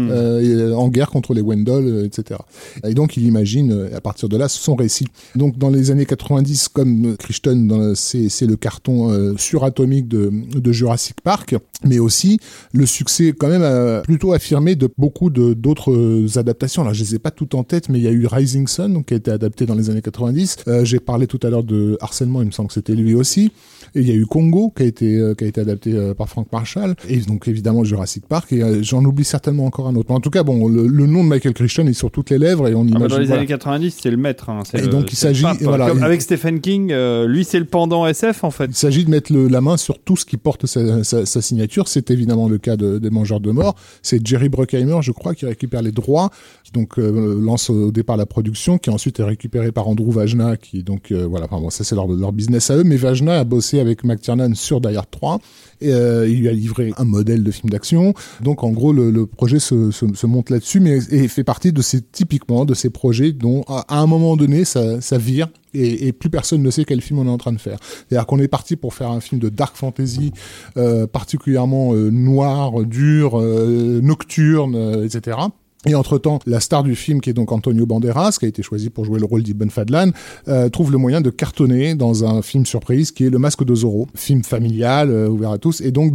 En guerre contre les Wendell, etc. Et donc il imagine à partir de là son récit. Donc dans les années 90, comme Crichton, c'est le carton suratomique de Jurassic Park, mais aussi le succès quand même plutôt affirmé de beaucoup d'autres adaptations. Alors je les ai pas toutes en tête, mais il y a eu Rising Sun, donc, qui a été adapté dans les années 90. J'ai parlé tout à l'heure de Harcèlement, il me semble que c'était lui aussi. Et il y a eu Congo qui a été adapté par Frank Marshall, et donc évidemment Jurassic Park, et j'en oublie certainement encore un autre. Mais en tout cas, bon, le nom de Michael Crichton est sur toutes les lèvres, et on imagine. Dans les années 90, c'est le maître. Hein, et donc il s'agit, avec Stephen King, lui c'est le pendant SF en fait. Il s'agit de mettre la main sur tout ce qui porte sa signature. C'est évidemment le cas des Mangeurs de Mort. C'est Jerry Bruckheimer, je crois, qui récupère les droits, qui donc lance au départ la production, qui ensuite est récupérée par Andrew Vajna, qui donc voilà, enfin bon, ça c'est leur business à eux. Mais Vajna a bossé avec McTiernan sur Die Hard 3. Et il lui a livré un modèle de film d'action. Donc en gros le projet se monte là-dessus, mais et fait partie typiquement de ces projets dont à un moment donné ça vire et plus personne ne sait quel film on est en train de faire. C'est-à-dire qu'on est parti pour faire un film de dark fantasy particulièrement noir, dur, nocturne, etc. Et entre-temps, la star du film, qui est donc Antonio Banderas, qui a été choisi pour jouer le rôle d'Ibn Fadlan, trouve le moyen de cartonner dans un film surprise qui est Le Masque de Zorro, film familial, ouvert à tous, et donc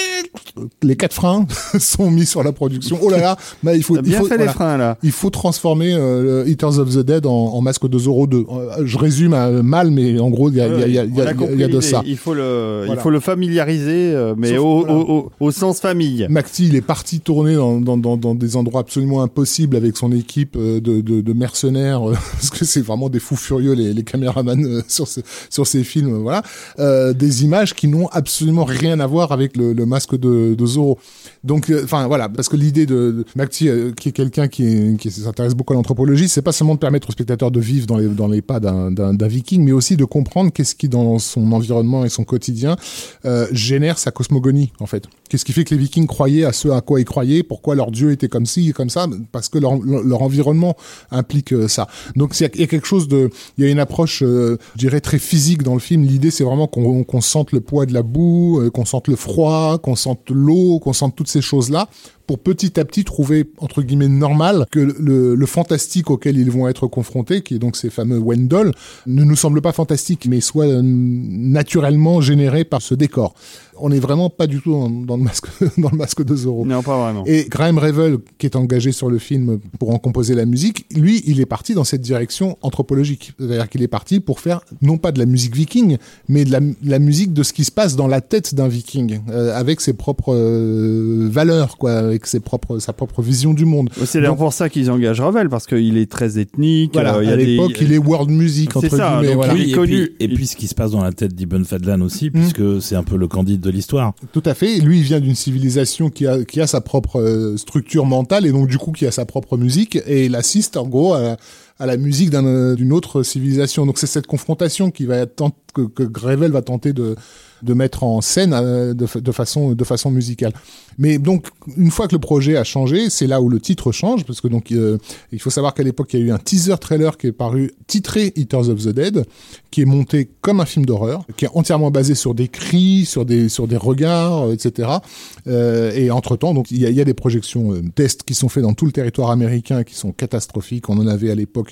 les 4 freins sont mis sur la production. Oh là là, bah, il faut les freins là. Il faut transformer Eaters of the Dead en Masque de Zorro 2. Je résume mal, mais en gros, il y a de ça. Il faut le familiariser, mais au sens famille. McTee, il est parti tourner dans des endroits absolument impossible avec son équipe de mercenaires, parce que c'est vraiment des fous furieux les caméramans sur ces films, voilà, des images qui n'ont absolument rien à voir avec le masque de Zorro. Donc enfin voilà, parce que l'idée de McTee, qui est quelqu'un qui s'intéresse beaucoup à l'anthropologie, c'est pas seulement de permettre au spectateur de vivre dans les pas d'un viking, mais aussi de comprendre qu'est-ce qui dans son environnement et son quotidien génère sa cosmogonie en fait. Qu'est-ce qui fait que les Vikings croyaient à ce à quoi ils croyaient? Pourquoi leur dieu était comme ci et comme ça? Parce que leur environnement implique ça. Donc il y a quelque chose il y a une approche, je dirais, très physique dans le film. L'idée, c'est vraiment qu'on sente le poids de la boue, qu'on sente le froid, qu'on sente l'eau, qu'on sente toutes ces choses-là, pour petit à petit trouver, entre guillemets, normal que le fantastique auquel ils vont être confrontés, qui est donc ces fameux Wendell, ne nous semble pas fantastique, mais soit naturellement généré par ce décor. On n'est vraiment pas du tout dans le masque de Zorro. Non, pas vraiment. Et Graham Revell, qui est engagé sur le film pour en composer la musique, lui, il est parti dans cette direction anthropologique. C'est-à-dire qu'il est parti pour faire, non pas de la musique viking, mais de la musique de ce qui se passe dans la tête d'un viking, avec ses propres valeurs, quoi, avec sa propre vision du monde. C'est d'ailleurs pour ça qu'ils engagent Revell, parce qu'il est très ethnique. Voilà, à l'époque, il est world music, entre guillemets. Voilà. Oui, et puis ce qui se passe dans la tête d'Ibn Fadlan aussi, puisque c'est un peu le Candide de l'histoire. Tout à fait. Lui, il vient d'une civilisation qui a sa propre structure mentale et donc du coup qui a sa propre musique, et il assiste en gros à la musique d'une autre civilisation. Donc c'est cette confrontation que Revell va tenter de mettre en scène de façon musicale. Mais donc une fois que le projet a changé, c'est là où le titre change, parce que donc il faut savoir qu'à l'époque il y a eu un teaser trailer qui est paru titré Eaters of the Dead, qui est monté comme un film d'horreur, qui est entièrement basé sur des cris, sur des regards, etc. Et entre-temps, donc il y a des projections tests qui sont faits dans tout le territoire américain, qui sont catastrophiques. On en avait à l'époque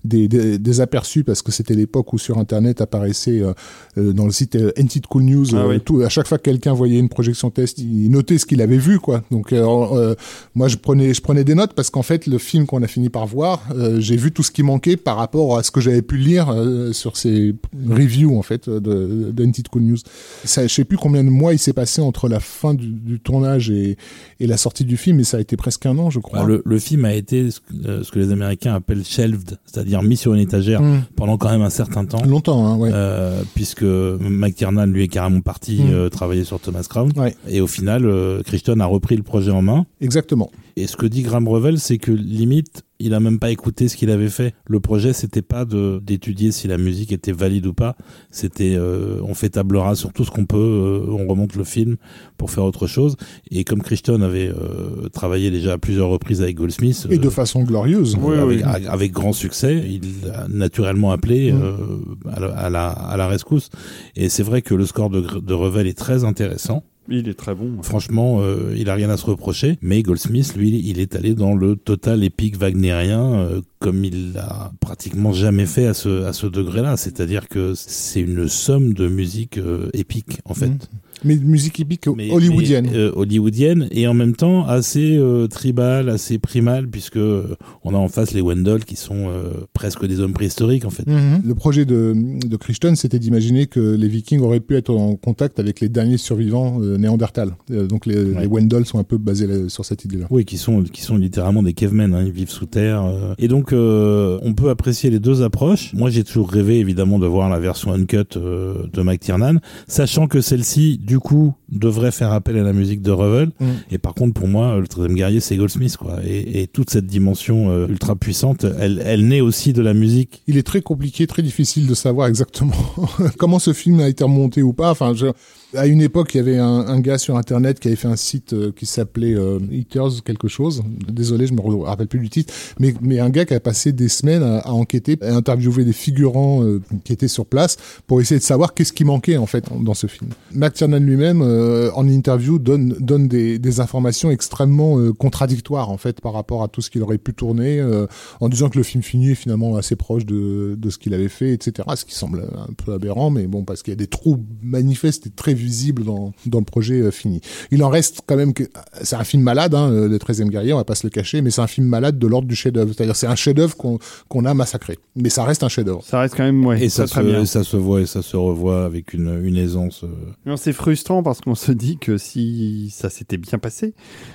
des aperçus, parce que c'était l'époque où sur Internet apparaissait dans le site Entit Cool News, à chaque fois que quelqu'un voyait une projection test, il notait ce qu'il avait vu, quoi. Donc moi je prenais des notes, parce qu'en fait le film qu'on a fini par voir, j'ai vu tout ce qui manquait par rapport à ce que j'avais pu lire sur ces reviews en fait de Entit Cool News. Ça, je sais plus combien de mois il s'est passé entre la fin du tournage et la sortie du film, et ça a été presque 1 an, je crois. Le film a été ce que les Américains appellent shelved, c'est-à-dire mis sur une étagère pendant quand même un certain temps. Longtemps, hein, ouais. Puisque McTiernan, lui, est carrément parti travailler sur Thomas Crown. Ouais. Et au final, Crichton a repris le projet en main. Exactement. Et ce que dit Graham Revell, c'est que limite, il a même pas écouté ce qu'il avait fait. Le projet, c'était pas d'étudier si la musique était valide ou pas. C'était, on fait table rase sur tout ce qu'on peut, on remonte le film pour faire autre chose. Et comme Crichton avait travaillé déjà à plusieurs reprises avec Goldsmith. Et de façon glorieuse. Avec grand succès, il a naturellement appelé à la rescousse. Et c'est vrai que le score de Revell est très intéressant. Il est très bon. Franchement, il a rien à se reprocher. Mais Goldsmith, lui, il est allé dans le total épique wagnérien, comme il l'a pratiquement jamais fait à ce degré-là. C'est-à-dire que c'est une somme de musique épique, en fait. Mais musique épique hollywoodienne. Hollywoodienne, et en même temps assez tribal, assez primal, puisque on a en face les Wendell qui sont presque des hommes préhistoriques, en fait. Le projet de Crichton, c'était d'imaginer que les Vikings auraient pu être en contact avec les derniers survivants néandertals. Donc les Wendell sont un peu basés sur cette idée-là. Oui, qui sont littéralement des cavemen, hein, ils vivent sous terre. Et donc on peut apprécier les deux approches. Moi, j'ai toujours rêvé évidemment de voir la version uncut de McTiernan, sachant que celle-ci du coup devrait faire appel à la musique de Revell. Et par contre, pour moi, le 13e guerrier, c'est Goldsmith, quoi. Et toute cette dimension ultra puissante, elle naît aussi de la musique. Il est très compliqué, très difficile de savoir exactement comment ce film a été remonté ou pas. Enfin, à une époque, il y avait un gars sur Internet qui avait fait un site qui s'appelait Eaters quelque chose. Désolé, je me rappelle plus du titre. Mais un gars qui a passé des semaines à enquêter, à interviewer des figurants qui étaient sur place pour essayer de savoir qu'est-ce qui manquait en fait dans ce film. McTiernan lui-même, en interview, donne des informations extrêmement contradictoires en fait par rapport à tout ce qu'il aurait pu tourner, en disant que le film fini est finalement assez proche de ce qu'il avait fait, etc. Ce qui semble un peu aberrant, mais bon, parce qu'il y a des trous manifestes et très visible dans le projet fini. Il en reste quand même que c'est un film malade, hein, le 13e guerrier, on va pas se le cacher, mais c'est un film malade de l'ordre du chef-d'œuvre. C'est-à-dire c'est un chef-d'œuvre qu'on a massacré, mais ça reste un chef-d'œuvre. Ça reste quand même et ça se voit et ça se revoit avec une aisance. Non, c'est frustrant parce qu'on se dit que si ça s'était bien passé,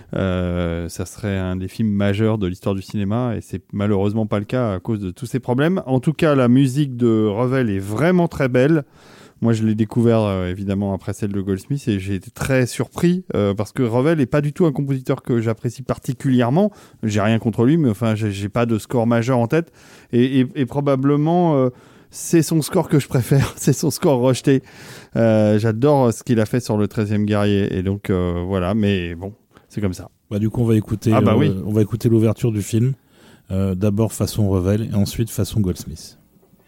ça serait un des films majeurs de l'histoire du cinéma, et c'est malheureusement pas le cas à cause de tous ces problèmes. En tout cas, la musique de Revell est vraiment très belle. Moi, je l'ai découvert évidemment après celle de Goldsmith, et j'ai été très surpris parce que Revell n'est pas du tout un compositeur que j'apprécie particulièrement. J'ai rien contre lui, mais enfin, j'ai pas de score majeur en tête, et probablement c'est son score que je préfère, c'est son score rejeté. J'adore ce qu'il a fait sur le 13e guerrier, et donc voilà, mais bon, c'est comme ça. Bah, du coup, on va écouter l'ouverture du film, d'abord façon Revel, et ensuite façon Goldsmith.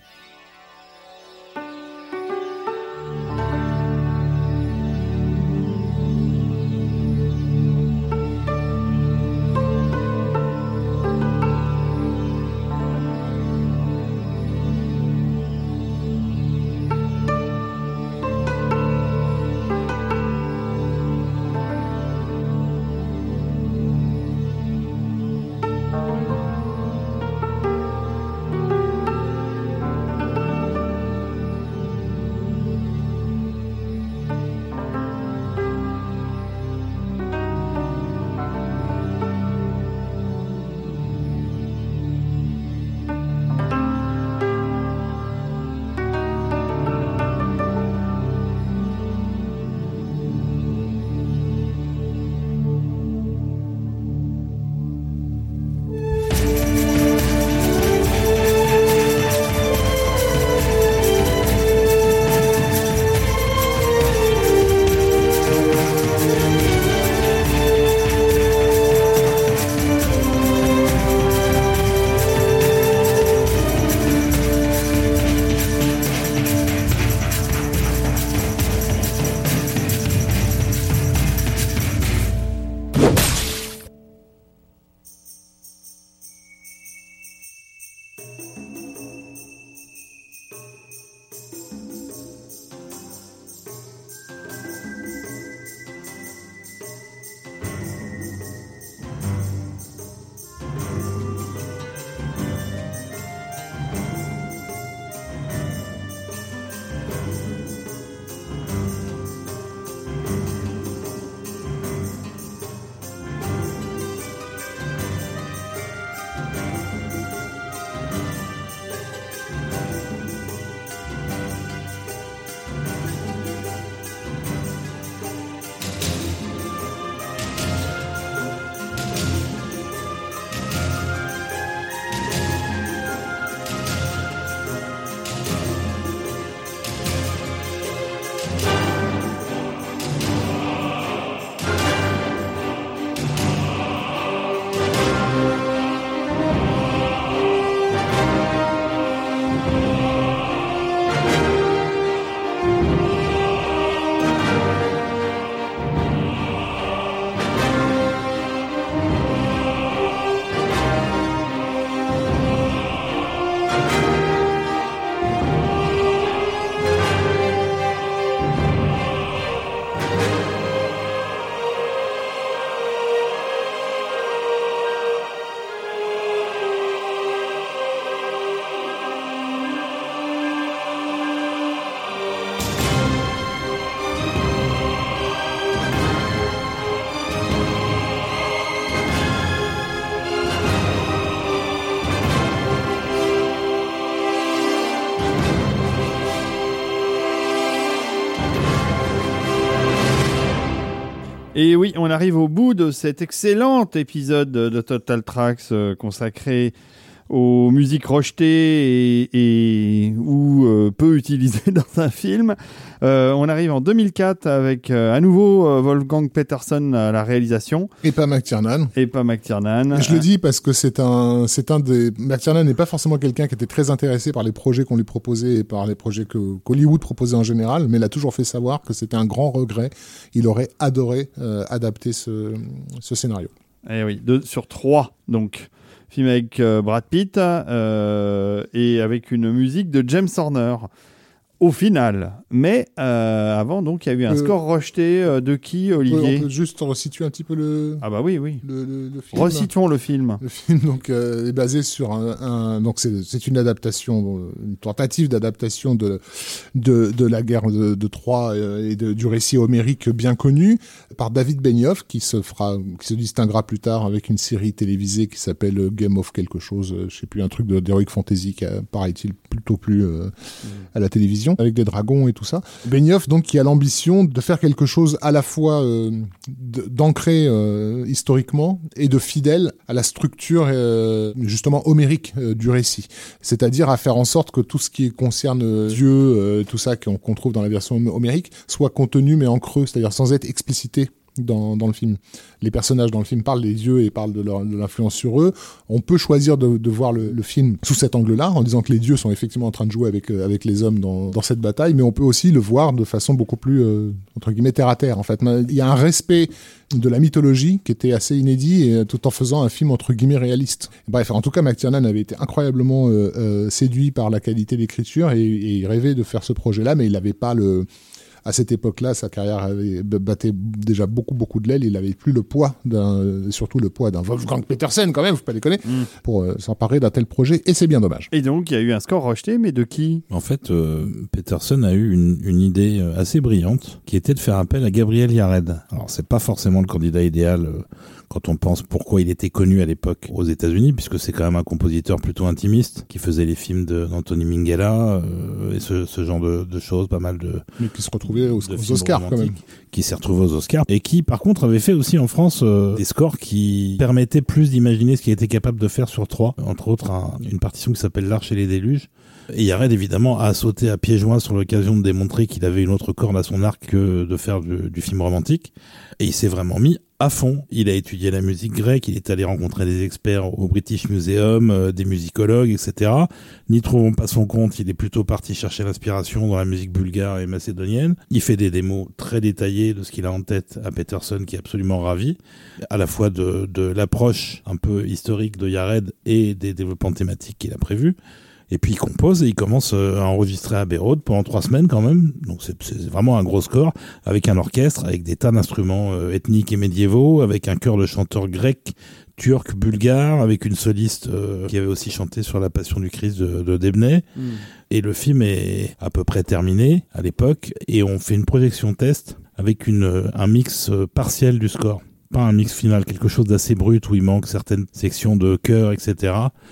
Et oui, on arrive au bout de cet excellent épisode de Total Tracks consacré aux musiques rejetées ou peu utilisées dans un film. On arrive en 2004 avec à nouveau Wolfgang Petersen à la réalisation. Et pas McTiernan. Je le dis parce que c'est un des... McTiernan n'est pas forcément quelqu'un qui était très intéressé par les projets qu'on lui proposait et par les projets qu'Hollywood proposait en général, mais il a toujours fait savoir que c'était un grand regret. Il aurait adoré adapter ce scénario. Et oui, 2 sur 3, donc. Film avec Brad Pitt et avec une musique de James Horner au final. Mais avant, donc, il y a eu un score rejeté de qui, Olivier ? On peut juste resituer un petit peu le... Ah bah oui. Le film. Resituons le film. Le film donc, est basé sur donc c'est une adaptation, une tentative d'adaptation de la guerre de Troie et du récit homérique bien connu par David Benioff qui se distinguera plus tard avec une série télévisée qui s'appelle Game of quelque chose, je sais plus, un truc d'Heroic Fantasy qui paraît-il plutôt plus à la télévision avec des dragons et tout ça. Benioff, donc, qui a l'ambition de faire quelque chose à la fois d'ancré historiquement et de fidèle à la structure justement homérique du récit. C'est-à-dire à faire en sorte que tout ce qui concerne Dieu, tout ça qu'on trouve dans la version homérique, soit contenu mais en creux, c'est-à-dire sans être explicité dans le film. Les personnages dans le film parlent des dieux et parlent de l'influence sur eux. On peut choisir de voir le film sous cet angle-là, en disant que les dieux sont effectivement en train de jouer avec les hommes dans cette bataille, mais on peut aussi le voir de façon beaucoup plus, entre guillemets, terre à terre, en fait. Il y a un respect de la mythologie qui était assez inédit, et tout en faisant un film entre guillemets réaliste. Bref, en tout cas, McTiernan avait été incroyablement séduit par la qualité d'écriture et il rêvait de faire ce projet-là, mais il n'avait pas à cette époque-là, sa carrière battait déjà beaucoup de l'aile. Il n'avait plus le poids surtout le poids d'un Wolfgang Petersen, quand même, faut pas déconner, pour s'emparer d'un tel projet, et c'est bien dommage. Et donc, il y a eu un score rejeté, mais de qui ? En fait, Petersen a eu une idée assez brillante, qui était de faire appel à Gabriel Yared. Alors, c'est pas forcément le candidat idéal quand on pense pourquoi il était connu à l'époque aux États-Unis, puisque c'est quand même un compositeur plutôt intimiste, qui faisait les films d'Anthony Minghella, et ce genre de choses, pas mal de... Mais qui se retrouvait aux Oscars, quand même. Qui s'est retrouvé aux Oscars, et qui, par contre, avait fait aussi en France des scores qui permettaient plus d'imaginer ce qu'il était capable de faire sur 3. Entre autres, une partition qui s'appelle L'Arche et les Déluges. Et Yared, évidemment, a sauté à pieds joints sur l'occasion de démontrer qu'il avait une autre corde à son arc que de faire du film romantique. Et il s'est vraiment mis à fond. Il a étudié la musique grecque, il est allé rencontrer des experts au British Museum, des musicologues, etc. N'y trouvant pas son compte, il est plutôt parti chercher l'inspiration dans la musique bulgare et macédonienne. Il fait des démos très détaillées de ce qu'il a en tête à Peterson, qui est absolument ravi, à la fois de l'approche un peu historique de Yared et des développements thématiques qu'il a prévus. Et puis il compose et il commence à enregistrer à Abbey Road pendant 3 semaines quand même. Donc c'est vraiment un gros score, avec un orchestre, avec des tas d'instruments ethniques et médiévaux, avec un chœur de chanteurs grecs, turcs, bulgares, avec une soliste qui avait aussi chanté sur la Passion du Christ de Debnay. Et le film est à peu près terminé à l'époque, et on fait une projection test avec un mix partiel du score. Pas un mix final, quelque chose d'assez brut où il manque certaines sections de chœur, etc.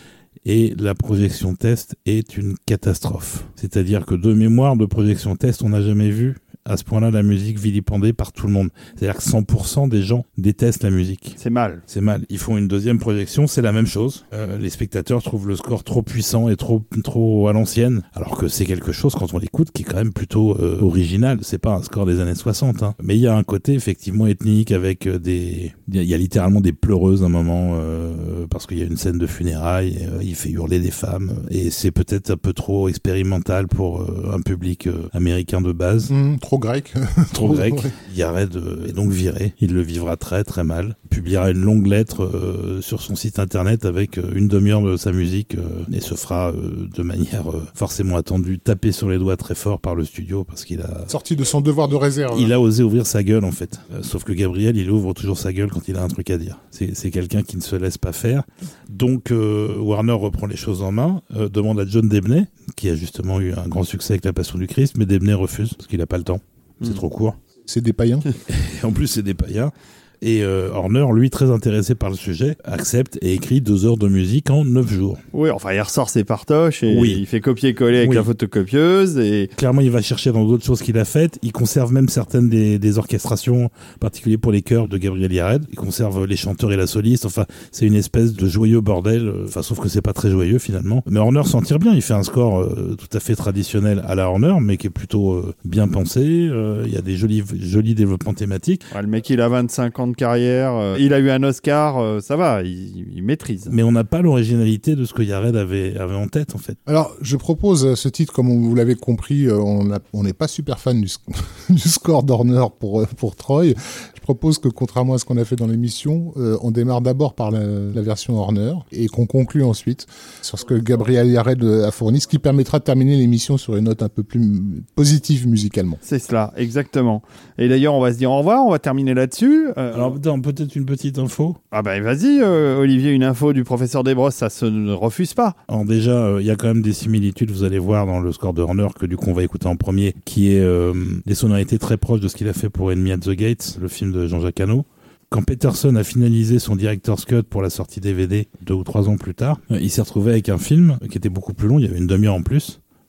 Et la projection test est une catastrophe. C'est-à-dire que de mémoire de projection test, on n'a jamais vu à ce point-là la musique vilipendée par tout le monde. C'est-à-dire que 100% des gens détestent la musique. C'est mal. C'est mal. Ils font une deuxième projection, c'est la même chose. Les spectateurs trouvent le score trop puissant et trop à l'ancienne, alors que c'est quelque chose, quand on l'écoute, qui est quand même plutôt original. C'est pas un score des années 60, hein. Mais il y a un côté effectivement ethnique avec il y a littéralement des pleureuses à un moment, parce qu'il y a une scène de funérailles, il fait hurler des femmes, et c'est peut-être un peu trop expérimental pour un public américain de base. Trop grec. Trop grec. Ouais. Yared est donc viré. Il le vivra très très mal. Il publiera une longue lettre sur son site internet avec une demi-heure de sa musique, et se fera de manière forcément attendue taper sur les doigts très fort par le studio, parce qu'il a... Sorti de son devoir de réserve. Il a osé ouvrir sa gueule en fait. Sauf que Gabriel, il ouvre toujours sa gueule quand il a un truc à dire. C'est quelqu'un qui ne se laisse pas faire. Donc Warner reprend les choses en main, demande à John Debney, qui a justement eu un grand succès avec La Passion du Christ, mais Debney refuse parce qu'il n'a pas le temps. C'est trop court. C'est des païens. Et en plus, c'est des païens. Et Horner, lui, très intéressé par le sujet, accepte et écrit 2 heures de musique en 9 jours. Oui, enfin, il ressort ses partoches et il fait copier-coller avec la photocopieuse. Et clairement, il va chercher dans d'autres choses qu'il a faites. Il conserve même certaines des orchestrations, en particulier pour les chœurs de Gabriel Yared. Il conserve les chanteurs et la soliste. Enfin, c'est une espèce de joyeux bordel. Enfin, sauf que c'est pas très joyeux, finalement. Mais Horner s'en tire bien. Il fait un score tout à fait traditionnel à la Horner, mais qui est plutôt bien pensé. Il y a des jolis développements thématiques. Ouais, le mec, il a 25 ans de carrière, il a eu un Oscar, ça va, il maîtrise. Mais on n'a pas l'originalité de ce que Yared avait en tête, en fait. Alors, je propose ce titre, comme vous l'avez compris, on n'est pas super fan du score d'Horner pour Troy. Je propose que, contrairement à ce qu'on a fait dans l'émission, on démarre d'abord par la version Horner et qu'on conclue ensuite sur ce que Gabriel Yared a fourni, ce qui permettra de terminer l'émission sur une note un peu plus positive musicalement. C'est cela, exactement. Et d'ailleurs, on va se dire au revoir, on va terminer là-dessus. Alors, peut-être une petite info. Ah ben vas-y, Olivier, une info du professeur Desbrosses, ça se refuse pas. Alors déjà, il y a quand même des similitudes, vous allez voir dans le score de Horner, que du coup on va écouter en premier, qui est des sonorités très proches de ce qu'il a fait pour Enemy at the Gates, le film de Jean-Jacques Hano. Quand Peterson a finalisé son director's cut pour la sortie DVD 2 ou 3 ans plus tard, il s'est retrouvé avec un film qui était beaucoup plus long, il y avait une demi-heure en plus,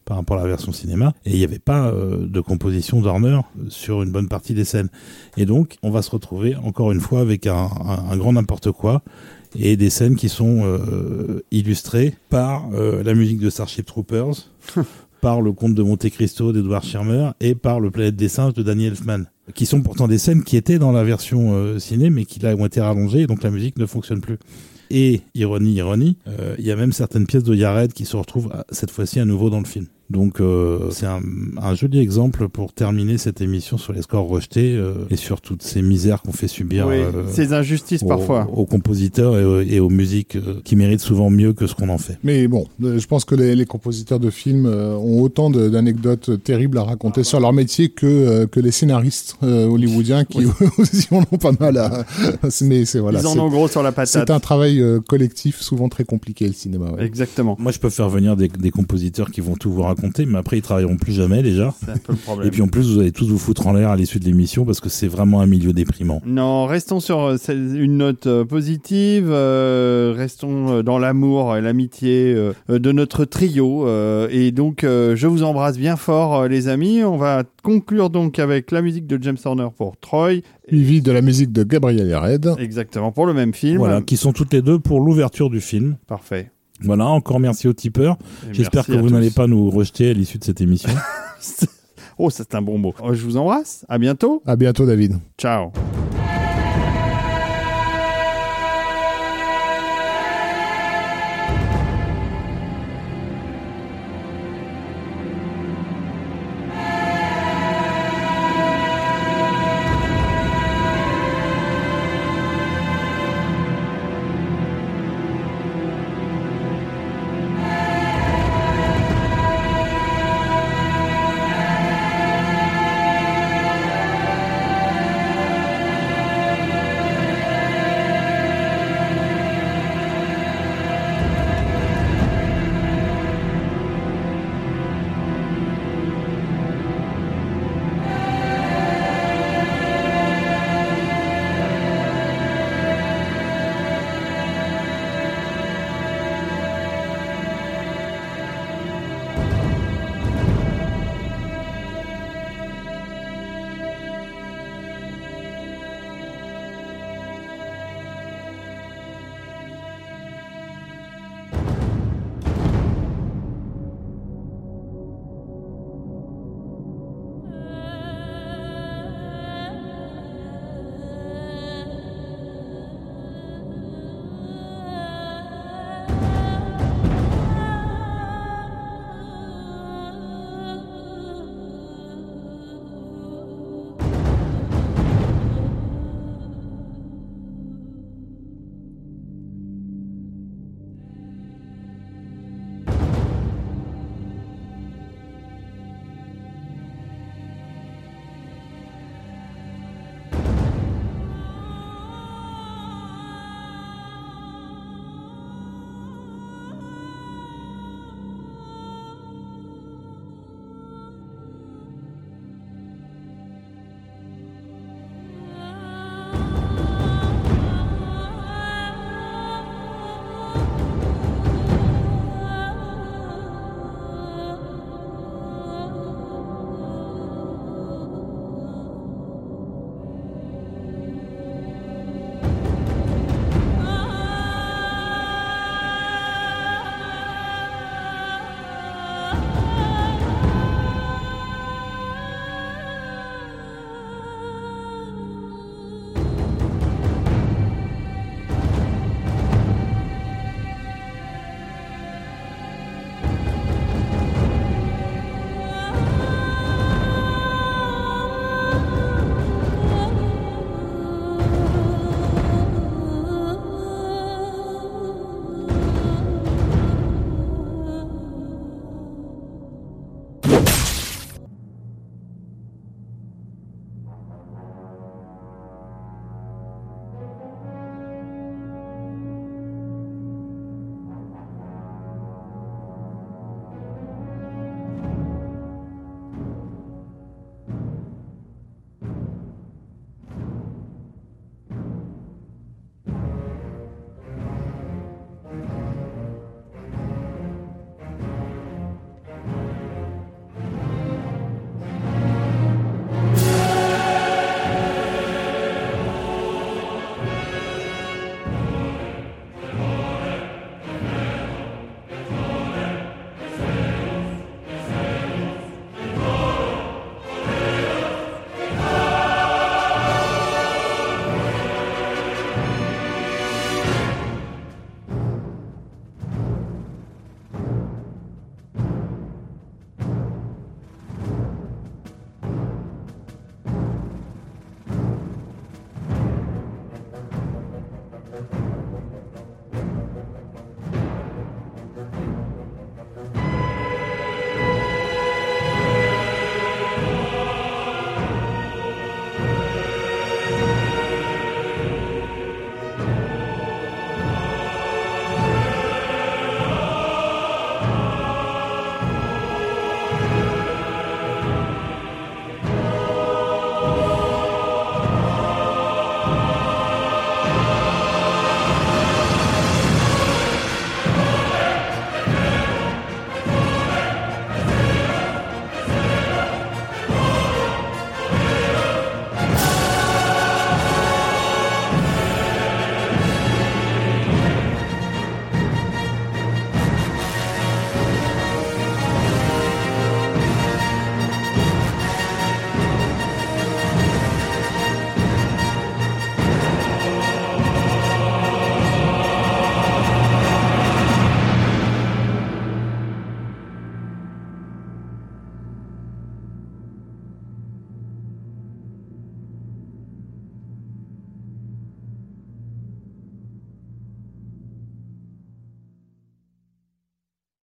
par rapport à la version cinéma, et il n'y avait pas de composition d'Horner sur une bonne partie des scènes. Et donc, on va se retrouver encore une fois avec un grand n'importe quoi, et des scènes qui sont illustrées par la musique de Starship Troopers, par le Comte de Monte Cristo d'Edward Schirmer et par le Planète des singes de Danny Elfman, qui sont pourtant des scènes qui étaient dans la version ciné, mais qui là ont été rallongées, donc la musique ne fonctionne plus. Et ironie, il y a même certaines pièces de Yared qui se retrouvent cette fois-ci à nouveau dans le film. Donc c'est un joli exemple pour terminer cette émission sur les scores rejetés et sur toutes ces misères qu'on fait subir ces injustices parfois aux compositeurs et aux musiques qui méritent souvent mieux que ce qu'on en fait. Mais bon, je pense que les compositeurs de films ont autant d'anecdotes terribles à raconter sur leur métier que les scénaristes hollywoodiens qui aussi en ont pas mal à... Mais voilà, ils en ont gros sur la patate. C'est un travail collectif souvent très compliqué, le cinéma. Ouais. Exactement. Moi je peux faire venir des compositeurs qui vont tout vous raconter, mais après ils travailleront plus jamais déjà. C'est un peu le problème. Et puis en plus vous allez tous vous foutre en l'air à l'issue de l'émission parce que c'est vraiment un milieu déprimant. Non, restons sur une note positive, restons dans l'amour et l'amitié de notre trio, et donc je vous embrasse bien fort les amis. On va conclure donc avec la musique de James Horner pour Troy. Suivi de la musique de Gabriel Yared. Exactement, pour le même film. Voilà, qui sont toutes les deux pour l'ouverture du film. Parfait. Voilà, encore merci aux tipeurs. J'espère que vous n'allez pas nous rejeter à l'issue de cette émission. Oh, c'est un bon mot. Je vous embrasse. À bientôt. À bientôt, David. Ciao.